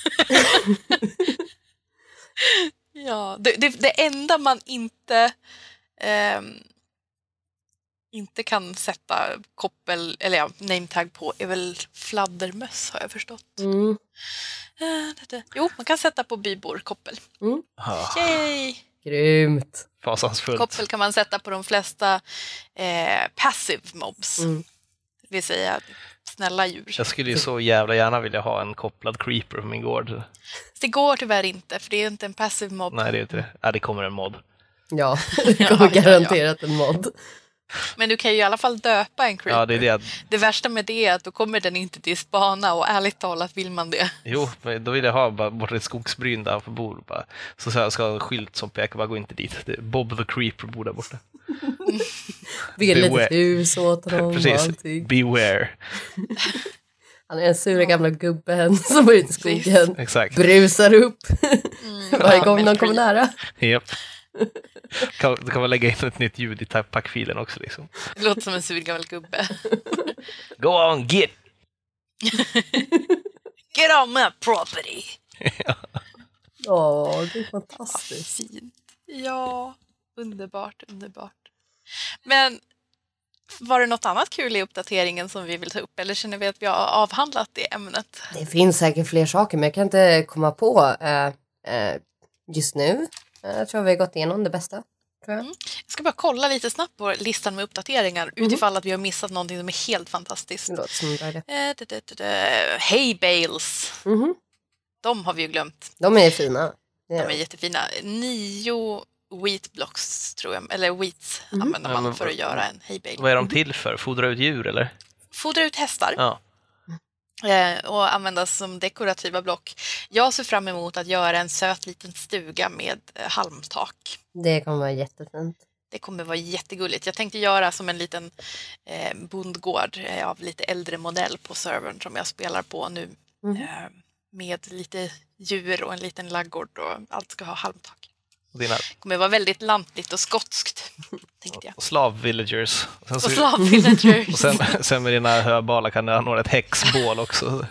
Ja, det, det, det enda man inte eh, inte kan sätta koppel eller ja, nametag på är väl fladdermöss, har jag förstått. Mm. Eh, det, det. Jo, man kan sätta på bybor koppel. Mm. Yay! Grymt. Fasansfullt. Koppel kan man sätta på de flesta eh, passive mobs. Mm. Det vill säga snälla djur. Jag skulle ju så jävla gärna vilja ha en kopplad creeper på min gård. Det går tyvärr inte, för det är inte en passive mob. Nej, det är inte det. Ja, det kommer en mod. Ja, det kommer ja, garanterat ja, ja. en mod. Men du kan ju i alla fall döpa en creeper. Ja, det är det. Det värsta med det är att då kommer den inte till spana, och ärligt talat vill man det. Jo, då vill jag ha bara bort ett skogsbryn där på bord. Bara. Så, så jag ska ha en skylt som pekar, bara gå inte dit. Det är Bob the Creeper bor där borta. Vill lite hus åt honom. Precis, beware. Han är den sura gamla gubben som är ute i skogen. Exakt. Brusar upp mm, varje ja, gång någon kommer nära. Japp. Kan, du kan väl lägga in ett nytt ljud i packfilen också liksom. Det låter som en sur gammal gubbe. Go on, get! Get on my property! Ja. Åh, det är fantastiskt. Ja, fint. Ja, underbart, underbart. Men var det något annat kul i uppdateringen som vi vill ta upp? Eller känner vi att vi har avhandlat det ämnet? Det finns säkert fler saker, men jag kan inte komma på uh, uh, just nu. Jag tror vi har gått igenom det bästa. Tror jag. Mm. Jag ska bara kolla lite snabbt på listan med uppdateringar mm. utifall att vi har missat någonting som är helt fantastiskt. Det låter som det. Eh, det, det, det. Hay bales. Mm. De har vi ju glömt. De är fina. De är jättefina. Nio wheat blocks tror jag. Eller wheats mm. använder man ja, för att göra en hay bale. Vad är de till för? Fodra ut djur eller? Fodra ut hästar. Ja. Och användas som dekorativa block. Jag ser fram emot att göra en söt liten stuga med halmtak. Det kommer vara jättefint. Det kommer vara jättegulligt. Jag tänkte göra som en liten eh, bondgård eh, av lite äldre modell på servern som jag spelar på nu. Mm. Eh, med lite djur och en liten laggård och allt ska ha halmtak. Dina... Det kommer vara väldigt lantligt och skotskt, tänkte jag. Och slav-villagers. Och, och slav-villagers. Och sen, sen med dina höbalar kan du ha ett häxbål också.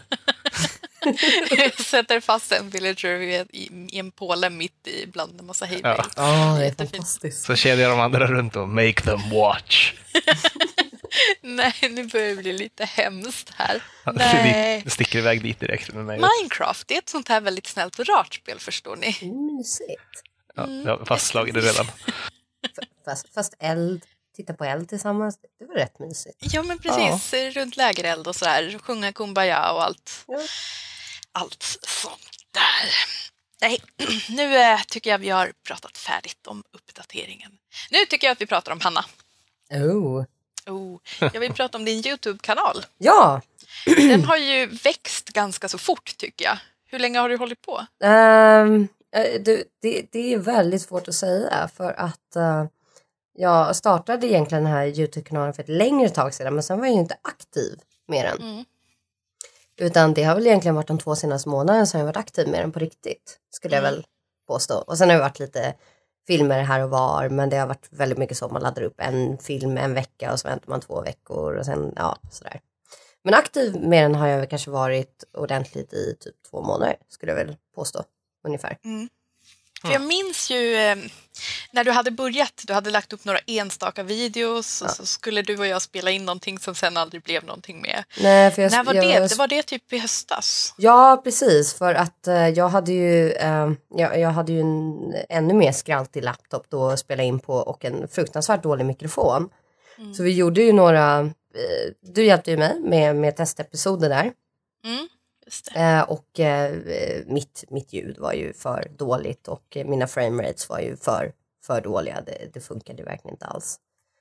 Jag sätter fast en villager i, i en påle mitt i bland en massa haybale. Ja, oh, det är fantastiskt. Så kedjar de andra runt och make them watch. Nej, nu börjar det bli lite hemskt här. Nej. Det sticker iväg dit direkt med mig. Minecraft, det är ett sånt här väldigt snällt och rart spel, förstår ni. Mysigt. Ja, jag har fastslagit det redan. Fast, fast eld, titta på eld tillsammans, det var rätt mysigt. Ja, men precis, ja. Runt lägereld och sådär, sjunga kumbaya och allt. Ja. Allt sånt där. Nej, nu äh, tycker jag vi har pratat färdigt om uppdateringen. Nu tycker jag att vi pratar om Hanna. Oh. Oh, jag vill prata om din YouTube-kanal. Ja. Den har ju växt ganska så fort, tycker jag. Hur länge har du hållit på? Um, det, det, det är väldigt svårt att säga för att uh, jag startade egentligen den här YouTube-kanalen för ett längre tag sedan, men sen var jag ju inte aktiv med den. Mm. Utan det har väl egentligen varit de två senaste månaderna som jag varit aktiv med den på riktigt, skulle mm. jag väl påstå. Och sen har det varit lite filmer här och var, men det har varit väldigt mycket så. Man laddar upp en film en vecka och så väntar man två veckor och sen, ja, sådär. Men aktiv med den har jag väl kanske varit ordentligt i typ två månader, skulle jag väl påstå, ungefär. Mm. För jag minns ju eh, när du hade börjat, du hade lagt upp några enstaka videos ja. Och så skulle du och jag spela in någonting som sen aldrig blev någonting med. Nej, för jag, när var jag, det? Jag, det var det typ i höstas? Ja, precis. För att eh, jag hade ju, eh, jag, jag hade ju en ännu mer skraltig laptop då att spela in på och en fruktansvärt dålig mikrofon. Mm. Så vi gjorde ju några, eh, du hjälpte ju mig med, med testepisoder där. Mm. Eh, och eh, mitt, mitt ljud var ju för dåligt och eh, mina framerates var ju för, för dåliga. Det, det funkade verkligen inte alls.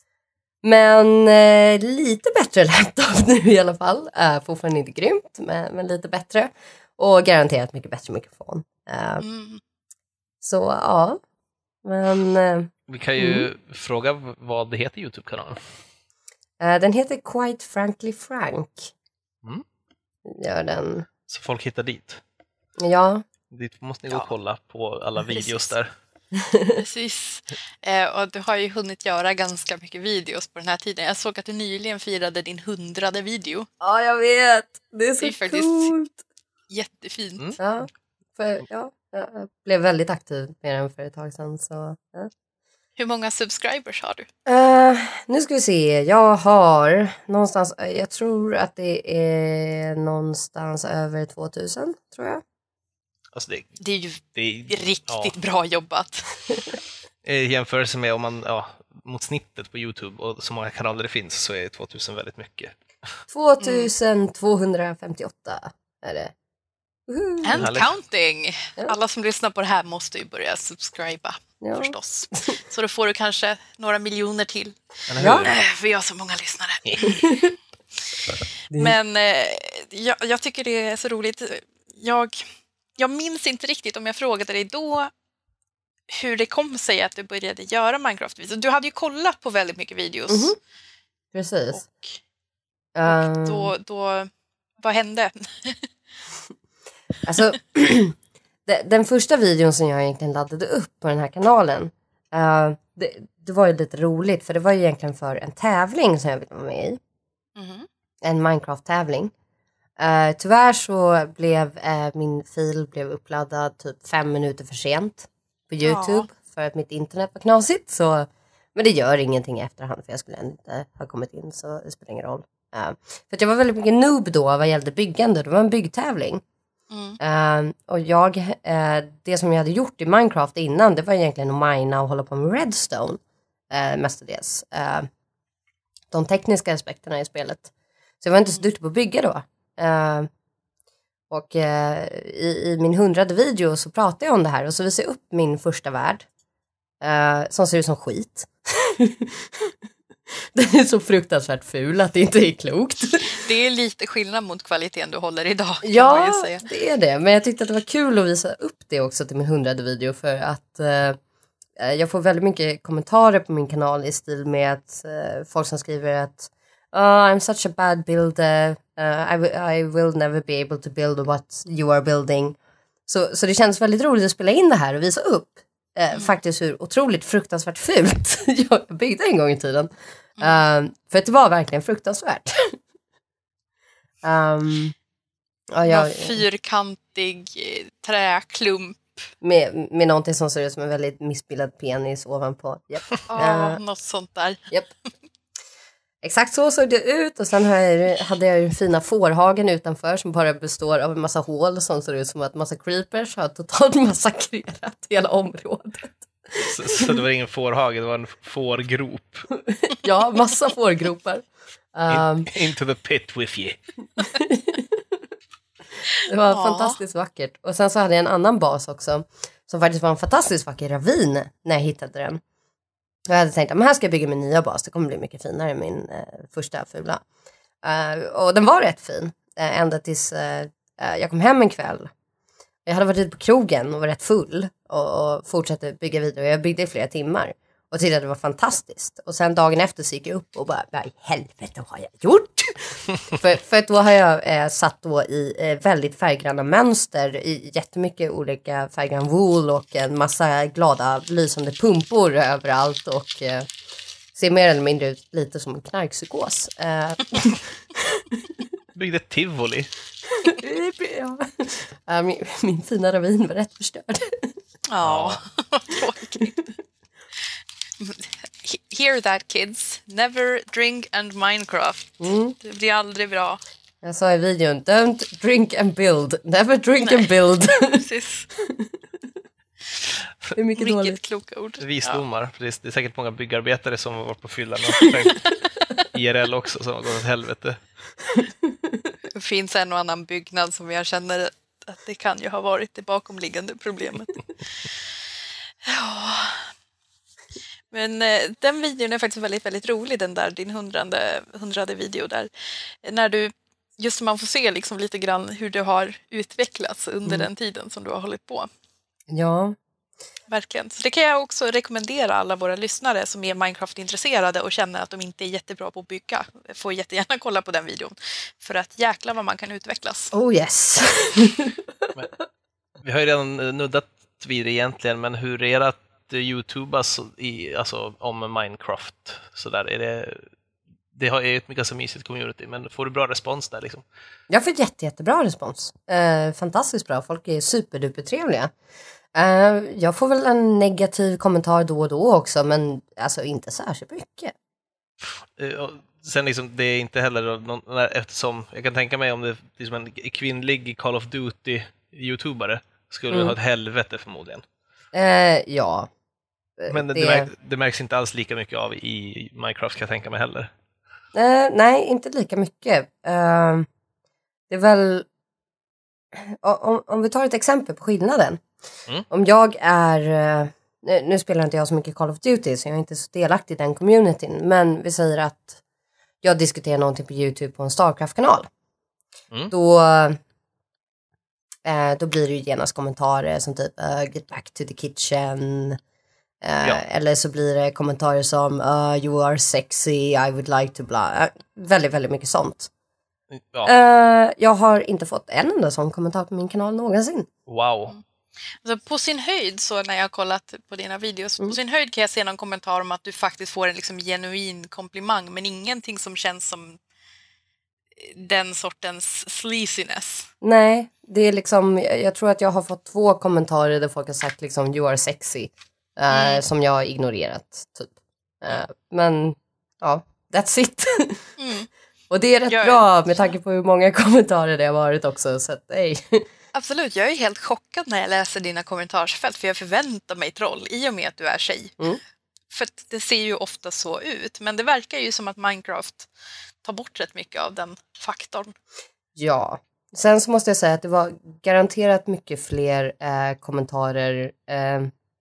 Men eh, lite bättre laptop nu i alla fall. Eh, fortfarande inte grymt, men, men lite bättre. Och garanterat mycket bättre mikrofon. Eh, mm. Så ja. Men, eh, Vi kan ju mm. fråga vad det heter YouTube-kanalen. Eh, den heter Quite Frankly Frank. Mm. Gör den. Så folk hittar dit. Ja. Dit måste ni gå och kolla på alla videos Precis. där. Precis. Eh, och du har ju hunnit göra ganska mycket videos på den här tiden. Jag såg att du nyligen firade din hundrade video. Ja, jag vet. Det är så det är coolt. Jättefint. Mm. Ja, för, ja, jag blev väldigt aktiv med den för ett tag sedan. Så, ja. Hur många subscribers har du? Uh, nu ska vi se. Jag har någonstans, jag tror att det är någonstans över tvåtusen, tror jag. Alltså det, det är ju det är, riktigt ja. bra jobbat. I jämförelse med om man, ja, mot snittet på YouTube och så många kanaler det finns så är tvåtusen väldigt mycket. tvåtusentvåhundrafemtioåtta är det. Uh-huh. And härligt. Counting! Ja. Alla som lyssnar på det här måste ju börja subscriba, ja. Förstås. Så då får du kanske några miljoner till. Ja. För jag har så många lyssnare. Men eh, jag, jag tycker det är så roligt. Jag, jag minns inte riktigt om jag frågade dig då hur det kom sig att du började göra Minecraft. Du hade ju kollat på väldigt mycket videos. Mm-hmm. Precis. Och, och um... då, då, vad hände? Alltså, den första videon som jag egentligen laddade upp på den här kanalen, uh, det, det var ju lite roligt för det var ju egentligen för en tävling som jag ville vara med i. Mm-hmm. En Minecraft-tävling. Uh, tyvärr så blev uh, min fil blev uppladdad typ fem minuter för sent på YouTube, ja. För att mitt internet var knasigt. Så, men det gör ingenting i efterhand för jag skulle inte ha kommit in så det spelar ingen roll. Uh, för att jag var väldigt mycket noob då vad gällde byggande. Det var en byggtävling. Mm. Uh, och jag, uh, det som jag hade gjort i Minecraft innan det var egentligen att mina och hålla på med redstone. Uh, mestadels. Uh, de tekniska aspekterna i spelet. Så jag var inte så duktig på att bygga då. Uh, och uh, i, i min hundrade video så pratade jag om det här. Och så visade jag upp min första värld. Uh, som ser ut som skit. Den är så fruktansvärt ful att det inte är klokt. Det är lite skillnad mot kvaliteten du håller idag. Kan ja, man ju säga. Det är det. Men jag tyckte att det var kul att visa upp det också till min hundrade video. För att uh, jag får väldigt mycket kommentarer på min kanal i stil med att uh, folk som skriver att oh, I'm such a bad builder. Uh, I, w- I will never be able to build what you are building. Så, så det känns väldigt roligt att spela in det här och visa upp uh, mm. faktiskt hur otroligt fruktansvärt fult jag byggde en gång i tiden. Mm. Uh, för att det var verkligen fruktansvärt. um, ja, jag, fyrkantig träklump. Med, med någonting som ser ut som en väldigt missbildad penis ovanpå. Yep. Ja, uh, något sånt där. Yep. Exakt så såg det ut. Och sen hade jag ju fina fårhagen utanför som bara består av en massa hål som ser ut som att massa creepers har totalt massakrerat hela området. Så, så det var ingen fårhage, det var en fårgrop. Ja, massa fårgropar. Um, In, into the pit with you. Det var ja. fantastiskt vackert. Och sen så hade jag en annan bas också. Som faktiskt var en fantastiskt vacker ravin när jag hittade den. Jag hade tänkt att här ska jag bygga min nya bas. Det kommer bli mycket finare än min eh, första fula. Uh, och den var rätt fin. Uh, ända tills uh, jag kom hem en kväll. Jag hade varit ute på krogen och var rätt full. Och, och fortsatte bygga vidare. Jag byggde i flera timmar. Och tyckte att det var fantastiskt. Och sen dagen efter så gick jag upp och bara, vad i helvete har jag gjort? för, för att då har jag eh, satt då i eh, väldigt färggranna mönster. I jättemycket olika färggrann wool och en massa glada lysande pumpor överallt. Och eh, ser mer eller mindre ut lite som en knarkpsykos. Eh. Byggde tivoli. ja. uh, min, min fina ravin var rätt förstörd. Ja, tråkigt. Hear that, kids. Never drink and Minecraft. Mm. Det blir aldrig bra. Jag sa i videon, don't drink and build. Never drink Nej. and build. Precis. Det är mycket, mycket dåligt. Kloka ord. Visdomar. Ja. Det, är, det är säkert många byggarbetare som har varit på fyllan och I R L också som har gått åt helvete. Det finns en och annan byggnad som jag känner att det kan ju ha varit det bakomliggande problemet. Ja... Men eh, den videon är faktiskt väldigt, väldigt rolig, den där, din hundrade, hundrade video där. När du, just man får se liksom lite grann hur du har utvecklats under mm. den tiden som du har hållit på. Ja. Verkligen. Så det kan jag också rekommendera alla våra lyssnare som är Minecraft-intresserade och känner att de inte är jättebra på att bygga. Får jättegärna kolla på den videon. För att jäkla vad man kan utvecklas. Oh yes. Men, vi har ju redan nuddat vid det egentligen, men hur är det att YouTubas i, alltså, om Minecraft så där, är det, det har ju ett mycket så mysigt community, men får du bra respons där liksom? Jag får jätte, jättebra respons. Eh, fantastiskt bra, folk är superduper trevliga. Eh, jag får väl en negativ kommentar då och då också, men alltså inte särskilt mycket. Eh, sen liksom, det är inte heller någon, eftersom jag kan tänka mig om det är liksom en kvinnlig Call of Duty YouTubare skulle mm. ha ett helvete förmodligen. Eh, ja. Men det, det, märks, det märks inte alls lika mycket av i Minecraft, kan jag tänka mig heller. Uh, nej, inte lika mycket. Uh, det är väl... Om, om vi tar ett exempel på skillnaden. Mm. Om jag är... Uh, nu spelar inte jag så mycket Call of Duty, så jag är inte så delaktig i den communityn. Men vi säger att jag diskuterar någonting på YouTube på en Starcraft-kanal. Mm. Då... Uh, då blir det ju genast kommentarer som typ uh, get back to the kitchen... Uh, ja. Eller så blir det kommentarer som uh, you are sexy, I would like to bla. Uh, väldigt, väldigt mycket sånt. Ja. Uh, jag har inte fått en enda sån kommentar på min kanal någonsin. Wow. Mm. Alltså, på sin höjd, så när jag har kollat på dina videos, mm. på sin höjd kan jag se någon kommentar om att du faktiskt får en liksom genuin komplimang, men ingenting som känns som den sortens sleaziness. Nej, det är liksom, jag tror att jag har fått två kommentarer där folk har sagt liksom you are sexy. Mm. Uh, som jag har ignorerat typ. Uh, men ja, that's it. Mm. Och det är rätt jag bra är... med tanke på hur många kommentarer det har varit också. Så att, hey. Absolut, jag är helt chockad när jag läser dina kommentarsfält, för jag förväntar mig troll i och med att du är tjej. Mm. För att det ser ju ofta så ut, men det verkar ju som att Minecraft tar bort rätt mycket av den faktorn. Ja, sen så måste jag säga att det var garanterat mycket fler eh, kommentarer eh,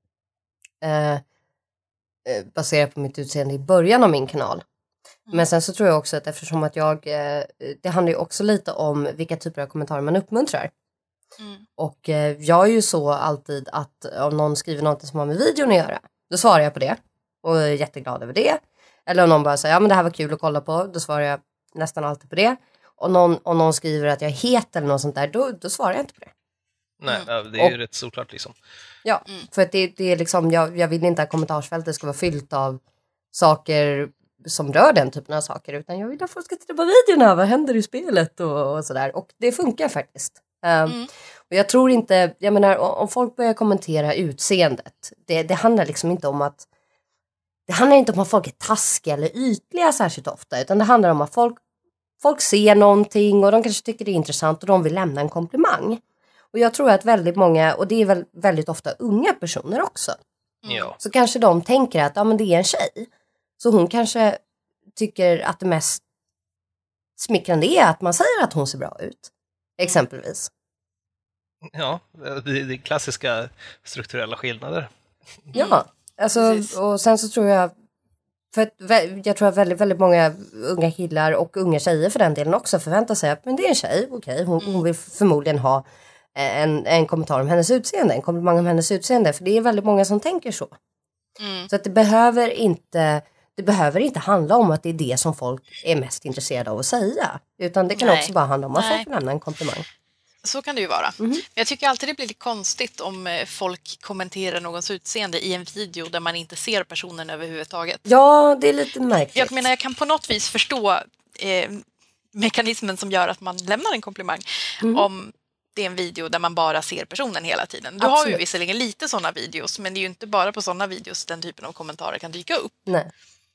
Eh, baserat på mitt utseende i början av min kanal. Mm. Men sen så tror jag också att eftersom att jag eh, det handlar ju också lite om vilka typer av kommentarer man uppmuntrar. Mm. Och eh, jag är ju så alltid att om någon skriver något som har med videon att göra, då svarar jag på det och är jätteglad över det. Eller om någon bara säger ja men det här var kul att kolla på, då svarar jag nästan alltid på det. Och någon, om någon skriver att jag är het eller något sånt där, då, då svarar jag inte på det. Nej, mm. det är ju och, rätt såklart liksom. Ja, mm. för att det, det är liksom, jag, jag vill inte att kommentarsfältet ska vara fyllt av saker som rör den typen av saker, utan jag vill att folk ska titta på videorna, vad händer i spelet och, och sådär. Och det funkar faktiskt. Um, mm. Och jag tror inte, jag menar, om folk börjar kommentera utseendet, det, det handlar liksom inte om att, det handlar inte om att folk är taskiga eller ytliga särskilt ofta, utan det handlar om att folk, folk ser någonting och de kanske tycker det är intressant och de vill lämna en komplimang. Och jag tror att väldigt många, och det är väl väldigt ofta unga personer också. Mm. Så kanske de tänker att ja, men det är en tjej. Så hon kanske tycker att det mest smickrande är att man säger att hon ser bra ut. Exempelvis. Ja, det är klassiska strukturella skillnader. Ja, alltså, och sen så tror jag, för att jag tror att väldigt, väldigt många unga killar och unga tjejer för den delen också förväntar sig att men det är en tjej, okej, okay, hon, mm. hon vill förmodligen ha En, en kommentar om hennes utseende, en komplimang om hennes utseende, för det är väldigt många som tänker så. Mm. Så att det behöver inte det behöver inte handla om att det är det som folk är mest intresserade av att säga, utan det kan Nej. också bara handla om att Nej. folk lämnar en komplimang. Så kan det ju vara. Mm. Men jag tycker alltid det blir lite konstigt om folk kommenterar någons utseende i en video där man inte ser personen överhuvudtaget. Ja, det är lite märkligt. Jag menar, jag kan på något vis förstå eh, mekanismen som gör att man lämnar en komplimang mm. om det är en video där man bara ser personen hela tiden. Du Absolut. har ju visserligen lite sådana videos, men det är ju inte bara på sådana videos den typen av kommentarer kan dyka upp. Nej.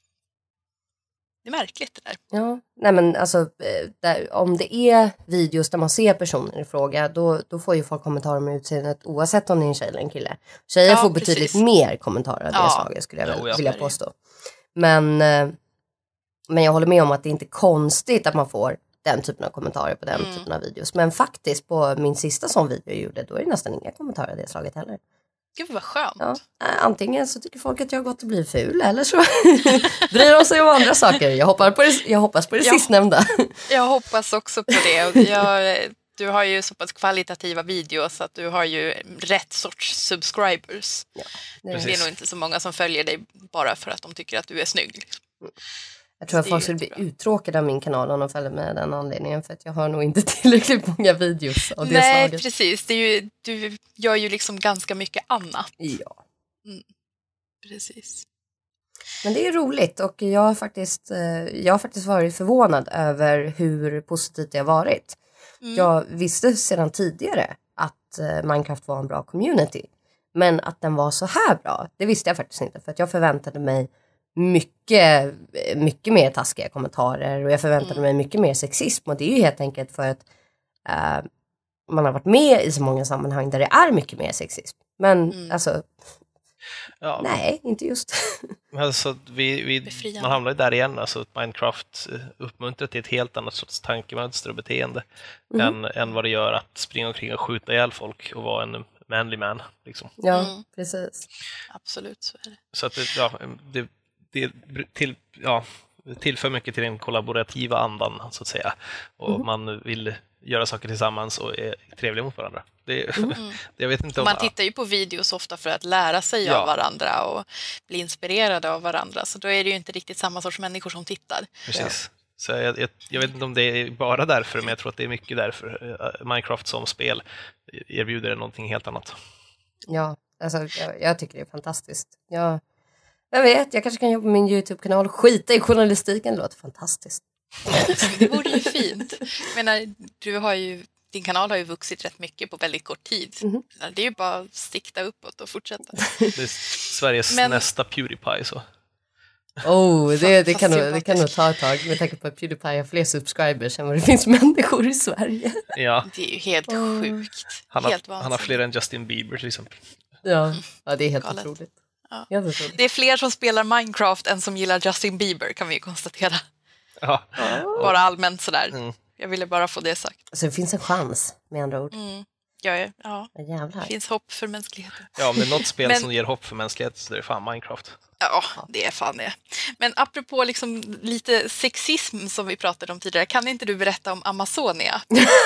Det är märkligt det där. Ja, nej men alltså där, om det är videos där man ser personen i fråga, då, då får ju folk kommentarer med utseendet oavsett om det är en tjej eller en kille. Tjejer ja, får precis. betydligt mer kommentarer av det ja. slaget, skulle jag väl, ja, vilja påstå. Men, men jag håller med om att det är inte konstigt att man får den typen av kommentarer på den mm. typen av videos. Men faktiskt på min sista sån video jag gjorde, då är det nästan inga kommentarer av det slaget heller. Gud vad skönt. Ja, antingen så tycker folk att jag har gått och blivit ful, eller så bryr de sig om andra saker. Jag hoppas på det, jag hoppas på det ja. sistnämnda. Jag hoppas också på det. Jag, du har ju så pass kvalitativa videos så att du har ju rätt sorts subscribers. Ja, det, är det är nog inte så många som följer dig bara för att de tycker att du är snygg. Mm. Jag tror att folk skulle bli uttråkade av min kanal om de följer med den anledningen, för att jag har nog inte tillräckligt många videos av det Nej, slaget. precis. Det är ju, du gör ju liksom ganska mycket annat. Ja. Mm. Precis. Men det är roligt, och jag har faktiskt, jag har faktiskt varit förvånad över hur positivt det har varit. Mm. Jag visste sedan tidigare att Minecraft var en bra community. Men att den var så här bra, det visste jag faktiskt inte. För att jag förväntade mig mycket, mycket mer taskiga kommentarer, och jag förväntade mm. mig mycket mer sexism, och det är ju helt enkelt för att uh, man har varit med i så många sammanhang där det är mycket mer sexism. Men mm. alltså Ja, Nej, inte just. alltså, vi, vi, man hamnar ju där igen. Alltså, Minecraft uppmuntrar till ett helt annat sorts tankemönster och beteende mm. än, än vad det gör att springa omkring och skjuta ihjäl folk och vara en manly man. Liksom. Ja, mm. precis. Absolut, så är det. Så att det, ja, det, det till, ja, tillför mycket till den kollaborativa andan, så att säga. Och mm. man vill göra saker tillsammans och är trevliga mot varandra. Det, mm. jag vet inte om, man tittar ju på videos ofta för att lära sig ja. av varandra och bli inspirerade av varandra. Så då är det ju inte riktigt samma sorts människor som tittar. Precis. Ja. Så jag, jag, jag vet inte om det är bara därför, men jag tror att det är mycket därför. Minecraft som spel erbjuder någonting helt annat. Ja, alltså, jag, jag tycker det är fantastiskt. Jag, jag vet, jag kanske kan jobba på min YouTube-kanal och skita i journalistiken. Det låter fantastiskt. Det vore ju fint. Jag menar, du har ju, din kanal har ju vuxit rätt mycket på väldigt kort tid. Mm. Det är ju bara att sikta uppåt och fortsätta. Det är Sveriges Men... nästa PewDiePie, så. Oh, det, det, kan nog, det kan nog ta ett tag med tanke på att PewDiePie har fler subscribers än vad det finns människor i Sverige. Ja. Det är ju helt oh. sjukt. Han har, helt han har fler än Justin Bieber till exempel. Ja, ja det är helt Galet. otroligt. Ja. Helt otroligt. Det är fler som spelar Minecraft än som gillar Justin Bieber, kan vi ju konstatera. Ja. Bara allmänt sådär. Mm. Jag ville bara få det sagt. Så det finns en chans, med andra ord. Mm. Ja, ja. Jävlar. Det finns hopp för mänskligheten. Ja, om det är något spel Men... som ger hopp för mänskligheten så är det fan Minecraft. Ja, det är fan det. Men apropå liksom lite sexism som vi pratade om tidigare, kan inte du berätta om Amazonia?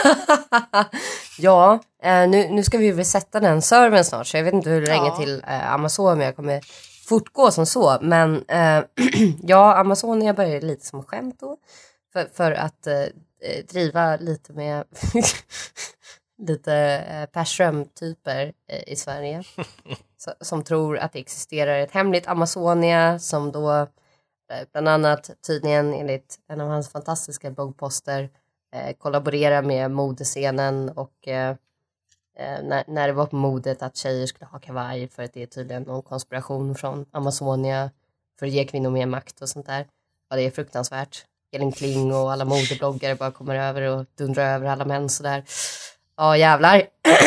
Ja, eh, nu, nu ska vi väl sätta den servern snart, så jag vet inte hur länge ja. till eh, Amazonia kommer fortgå som så. Men eh, ja, Amazonia började lite som skämt då. För, för att eh, driva lite med lite eh, Persström-typer eh, i Sverige. Så, som tror att det existerar ett hemligt Amazonia som då eh, bland annat tydligen enligt en av hans fantastiska bloggposter eh, kollaborerar med modescenen och eh, när, när det var på modet att tjejer skulle ha kavaj för att det är tydligen någon konspiration från Amazonia för att ge kvinnor mer makt och sånt där. Ja, det är fruktansvärt. Elin Kling och alla modebloggare bara kommer över och dundrar över alla män sådär. Ja, jävlar.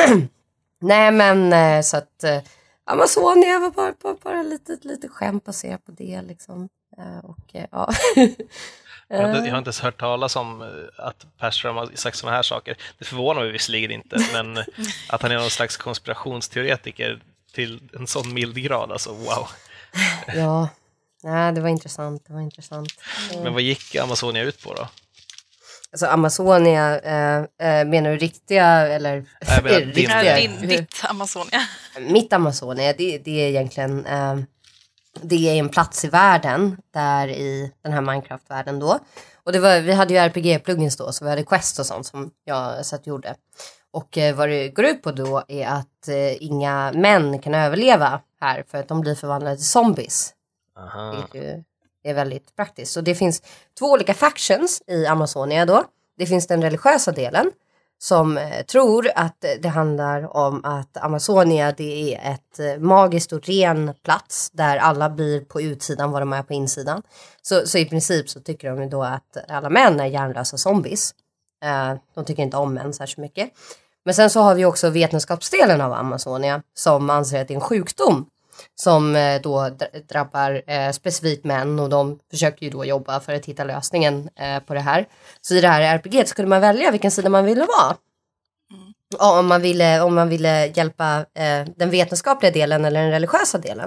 Nej, men så att eh, Amazonia var bara, bara, bara lite, lite skämt att se på det liksom. Eh, och eh, ja. jag, har inte, jag har inte ens hört talas om att Persström har sagt såna här saker. Det förvånar mig visserligen inte, men att han är någon slags konspirationsteoretiker till en sån mild grad, alltså wow. Ja, nej, det var intressant, det var intressant. Men vad gick Amazonia ut på då? Alltså Amazonia, eh, äh, menar du riktiga eller? Jag menar, riktiga? Din, ditt Amazonia. Mitt Amazonia, det, det är egentligen, eh, det är en plats i världen, där i den här Minecraft-världen då. Och det var, vi hade ju R P G-plugins då, så vi hade quest och sånt som jag satt och gjorde. Och eh, vad det går ut på då är att eh, inga män kan överleva här, för att de blir förvandlade till zombies. Aha. Vilket ju är väldigt praktiskt. Så det finns två olika factions i Amazonia då. Det finns den religiösa delen som eh, tror att det handlar om att Amazonia, det är ett eh, magiskt och ren plats där alla blir på utsidan vad de är på insidan. Så, så i princip så tycker de ju då att alla män är hjärnlösa zombies. Eh, de tycker inte om män särskilt mycket. Men sen så har vi också vetenskapsdelen av Amazonia som anser att det är en sjukdom som eh, då drabbar eh, specifikt män, och de försöker ju då jobba för att hitta lösningen eh, på det här. Så i det här R P G skulle man välja vilken sida man ville vara. Mm. Och om man ville, om man ville hjälpa eh, den vetenskapliga delen eller den religiösa delen.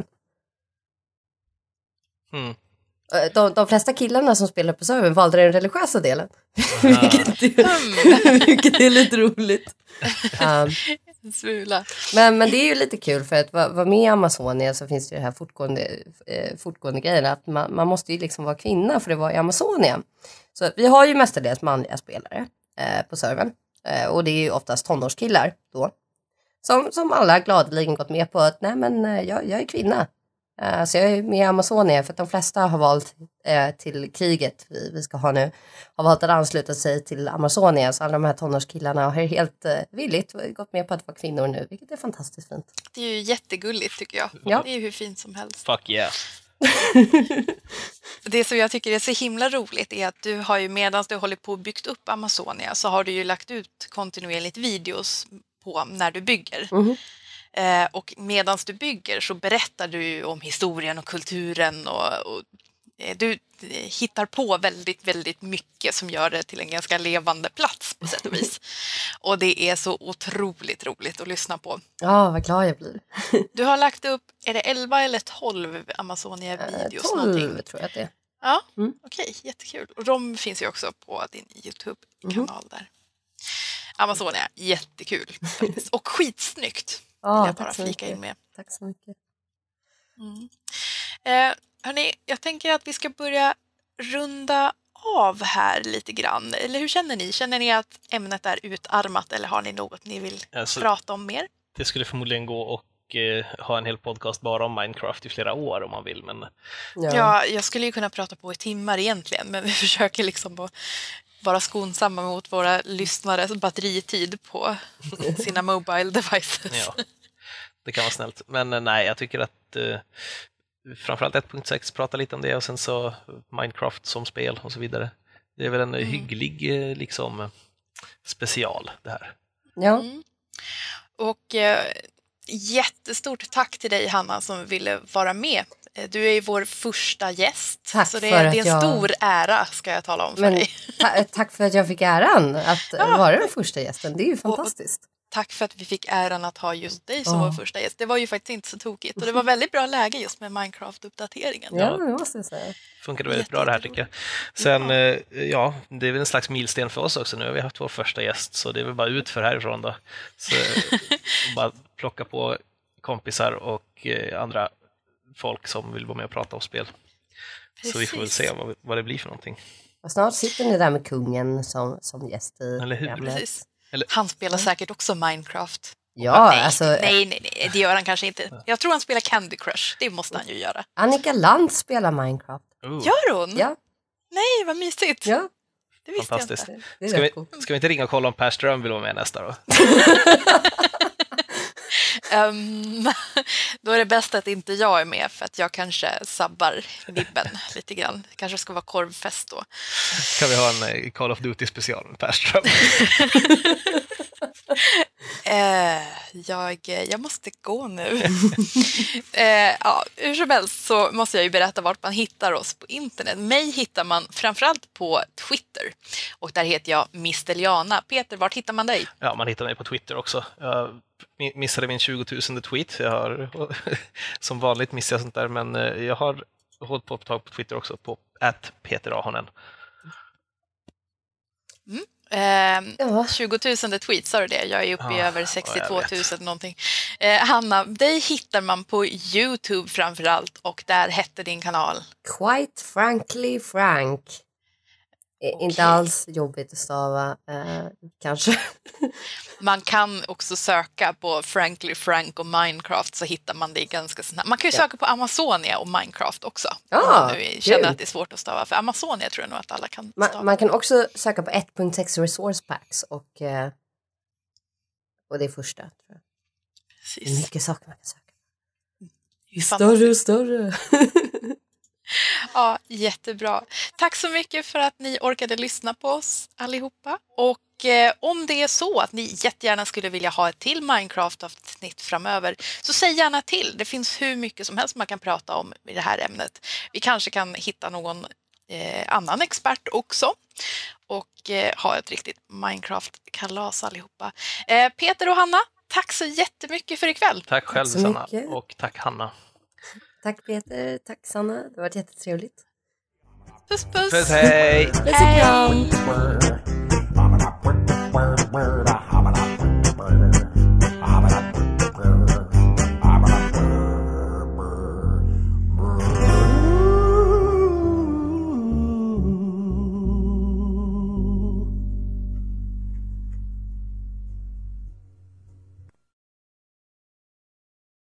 Mm. De, de flesta killarna som spelar på servern valde den religiösa delen. vilket, är, vilket är lite roligt. Um, men, men det är ju lite kul, för att vara med i Amazonia så finns det ju det här fortgående, eh, fortgående grejen att man, man måste ju liksom vara kvinna för att vara i Amazonia. Så vi har ju mestadels manliga spelare eh, på servern. Eh, och det är ju oftast tonårskillar då. Som, som alla gladeligen gått med på att nej men jag, jag är kvinna. Uh, så jag är med i Amazonia för att de flesta har valt uh, till kriget vi, vi ska ha nu. Har valt att ansluta sig till Amazonia. Så alla de här tonårskillarna har helt uh, villigt gått med på att vara kvinnor nu. Vilket är fantastiskt fint. Det är ju jättegulligt tycker jag. Ja. Det är ju hur fint som helst. Fuck yeah. Det som jag tycker är så himla roligt är att du har ju, medan du håller på och byggt upp Amazonia, så har du ju lagt ut kontinuerligt videos på när du bygger. Mm-hmm. Eh, och medans du bygger så berättar du om historien och kulturen och, och eh, du hittar på väldigt, väldigt mycket som gör det till en ganska levande plats på sätt och vis. Och det är så otroligt roligt att lyssna på. Ja, vad glad jag blir. Du har lagt upp, är det elva eller tolv Amazonia-videos? tolv någonting? tror jag att det är. Ja, Mm. okej, okay, jättekul. Och de finns ju också på din YouTube-kanal Mm. där. Amazonia, jättekul faktiskt. Och skitsnyggt. Ja, vill jag bara tack så flika mycket. in med. Tack så mycket. Mm. Eh, hörni, jag tänker att vi ska börja runda av här lite grann. Eller hur känner ni? Känner ni att ämnet är utarmat eller har ni något ni vill alltså, prata om mer? Det skulle förmodligen gå och eh, ha en hel podcast bara om Minecraft i flera år om man vill. Men... Ja. Ja, jag skulle ju kunna prata på i timmar egentligen, men vi försöker liksom att vara skonsamma mot våra lyssnares batteritid på sina mobile devices. Ja, det kan vara snällt. Men eh, nej, jag tycker att eh, framförallt ett punkt sex prata lite om det och sen så Minecraft som spel och så vidare. Det är väl en mm. hygglig eh, liksom special det här. Ja. Mm. Och eh, jättestort tack till dig Hanna som ville vara med. Du är ju vår första gäst. Tack så det, för är, att det är en jag... stor ära ska jag tala om för Men, dig. Ta- tack för att jag fick äran att Ja. vara den första gästen. Det är ju fantastiskt. Tack för att vi fick äran att ha just dig som Ja. vår första gäst. Det var ju faktiskt inte så tokigt. Och det var väldigt bra läge just med Minecraft-uppdateringen. Ja, det måste jag säga. Funkade väldigt bra det här tycker jag. Sen, ja. ja, det är väl en slags milsten för oss också. Nu har vi haft vår första gäst, så det är väl bara ut för härifrån då. Så bara plocka på kompisar och eh, andra folk som vill vara med och prata om spel. Precis. Så vi får väl se vad, vad det blir för någonting. Och snart sitter ni där med kungen som, som gäst i Eller hur? programmet. Precis. Eller... Han spelar säkert också Minecraft. Ja, nej, alltså... nej, nej, nej, det gör han kanske inte. Jag tror han spelar Candy Crush. Det måste han ju göra. Annika Lantz spelar Minecraft. Oh. Gör hon? Ja. Nej, vad mysigt. Ja. Det visste Fantastiskt. jag inte. Det är Ska vi, coolt. ska vi inte ringa och kolla om Per Ström vill vara med nästa då? um, då är det bäst att inte jag är med för att jag kanske sabbar nibben lite grann. Det kanske ska vara korvfest då. Kan vi ha en eh, Call of Duty special med Per Ström? Eh, jag, jag måste gå nu. eh, ja, hur som helst så måste jag ju berätta vart man hittar oss på internet. Mig hittar man framförallt på Twitter. Och där heter jag Mister Liana. Peter, vart hittar man dig? Ja, man hittar mig på Twitter också. Jag missade min tjugotusende tweet. Jag har, som vanligt missar jag sånt där, men jag har hållit på ett tag på Twitter också, på at Peter Ahonen. Mm. Eh, Ja. tjugotusen tweets, sa du det? Jag är uppe i Ja, över ja, sextiotvåtusen någonting. Eh, Hanna, dig hittar man på YouTube framförallt och där hette din kanal. Quite frankly Frank. Okay. Inte alls jobbigt att stava, eh, kanske. Man kan också söka på Frankly Frank och Minecraft så hittar man det ganska snabbt. Man kan ju Ja. söka på Amazonia och Minecraft också. Ja, om man nu känner kul. att det är svårt att stava. För Amazonia tror jag nog att alla kan stava. Man, man kan också söka på ett punkt sex resource packs och, eh, och det är första. Tror jag. Det är Precis. mycket saker man kan söka. Det är Större och större. Ja, jättebra. Tack så mycket för att ni orkade lyssna på oss allihopa. Och eh, om det är så att ni jättegärna skulle vilja ha ett till Minecraft-avsnitt framöver så säg gärna till. Det finns hur mycket som helst man kan prata om i det här ämnet. Vi kanske kan hitta någon eh, annan expert också och eh, ha ett riktigt Minecraft-kalas allihopa. Eh, Peter och Hanna, tack så jättemycket för ikväll. Tack själv, så Sanna. mycket. Och tack, Hanna. Tack Peter, tack Sanna. Det har varit jättetrevligt. Puss, puss. Puss, hej! Puss och kram. Word, word, word, word, word, word,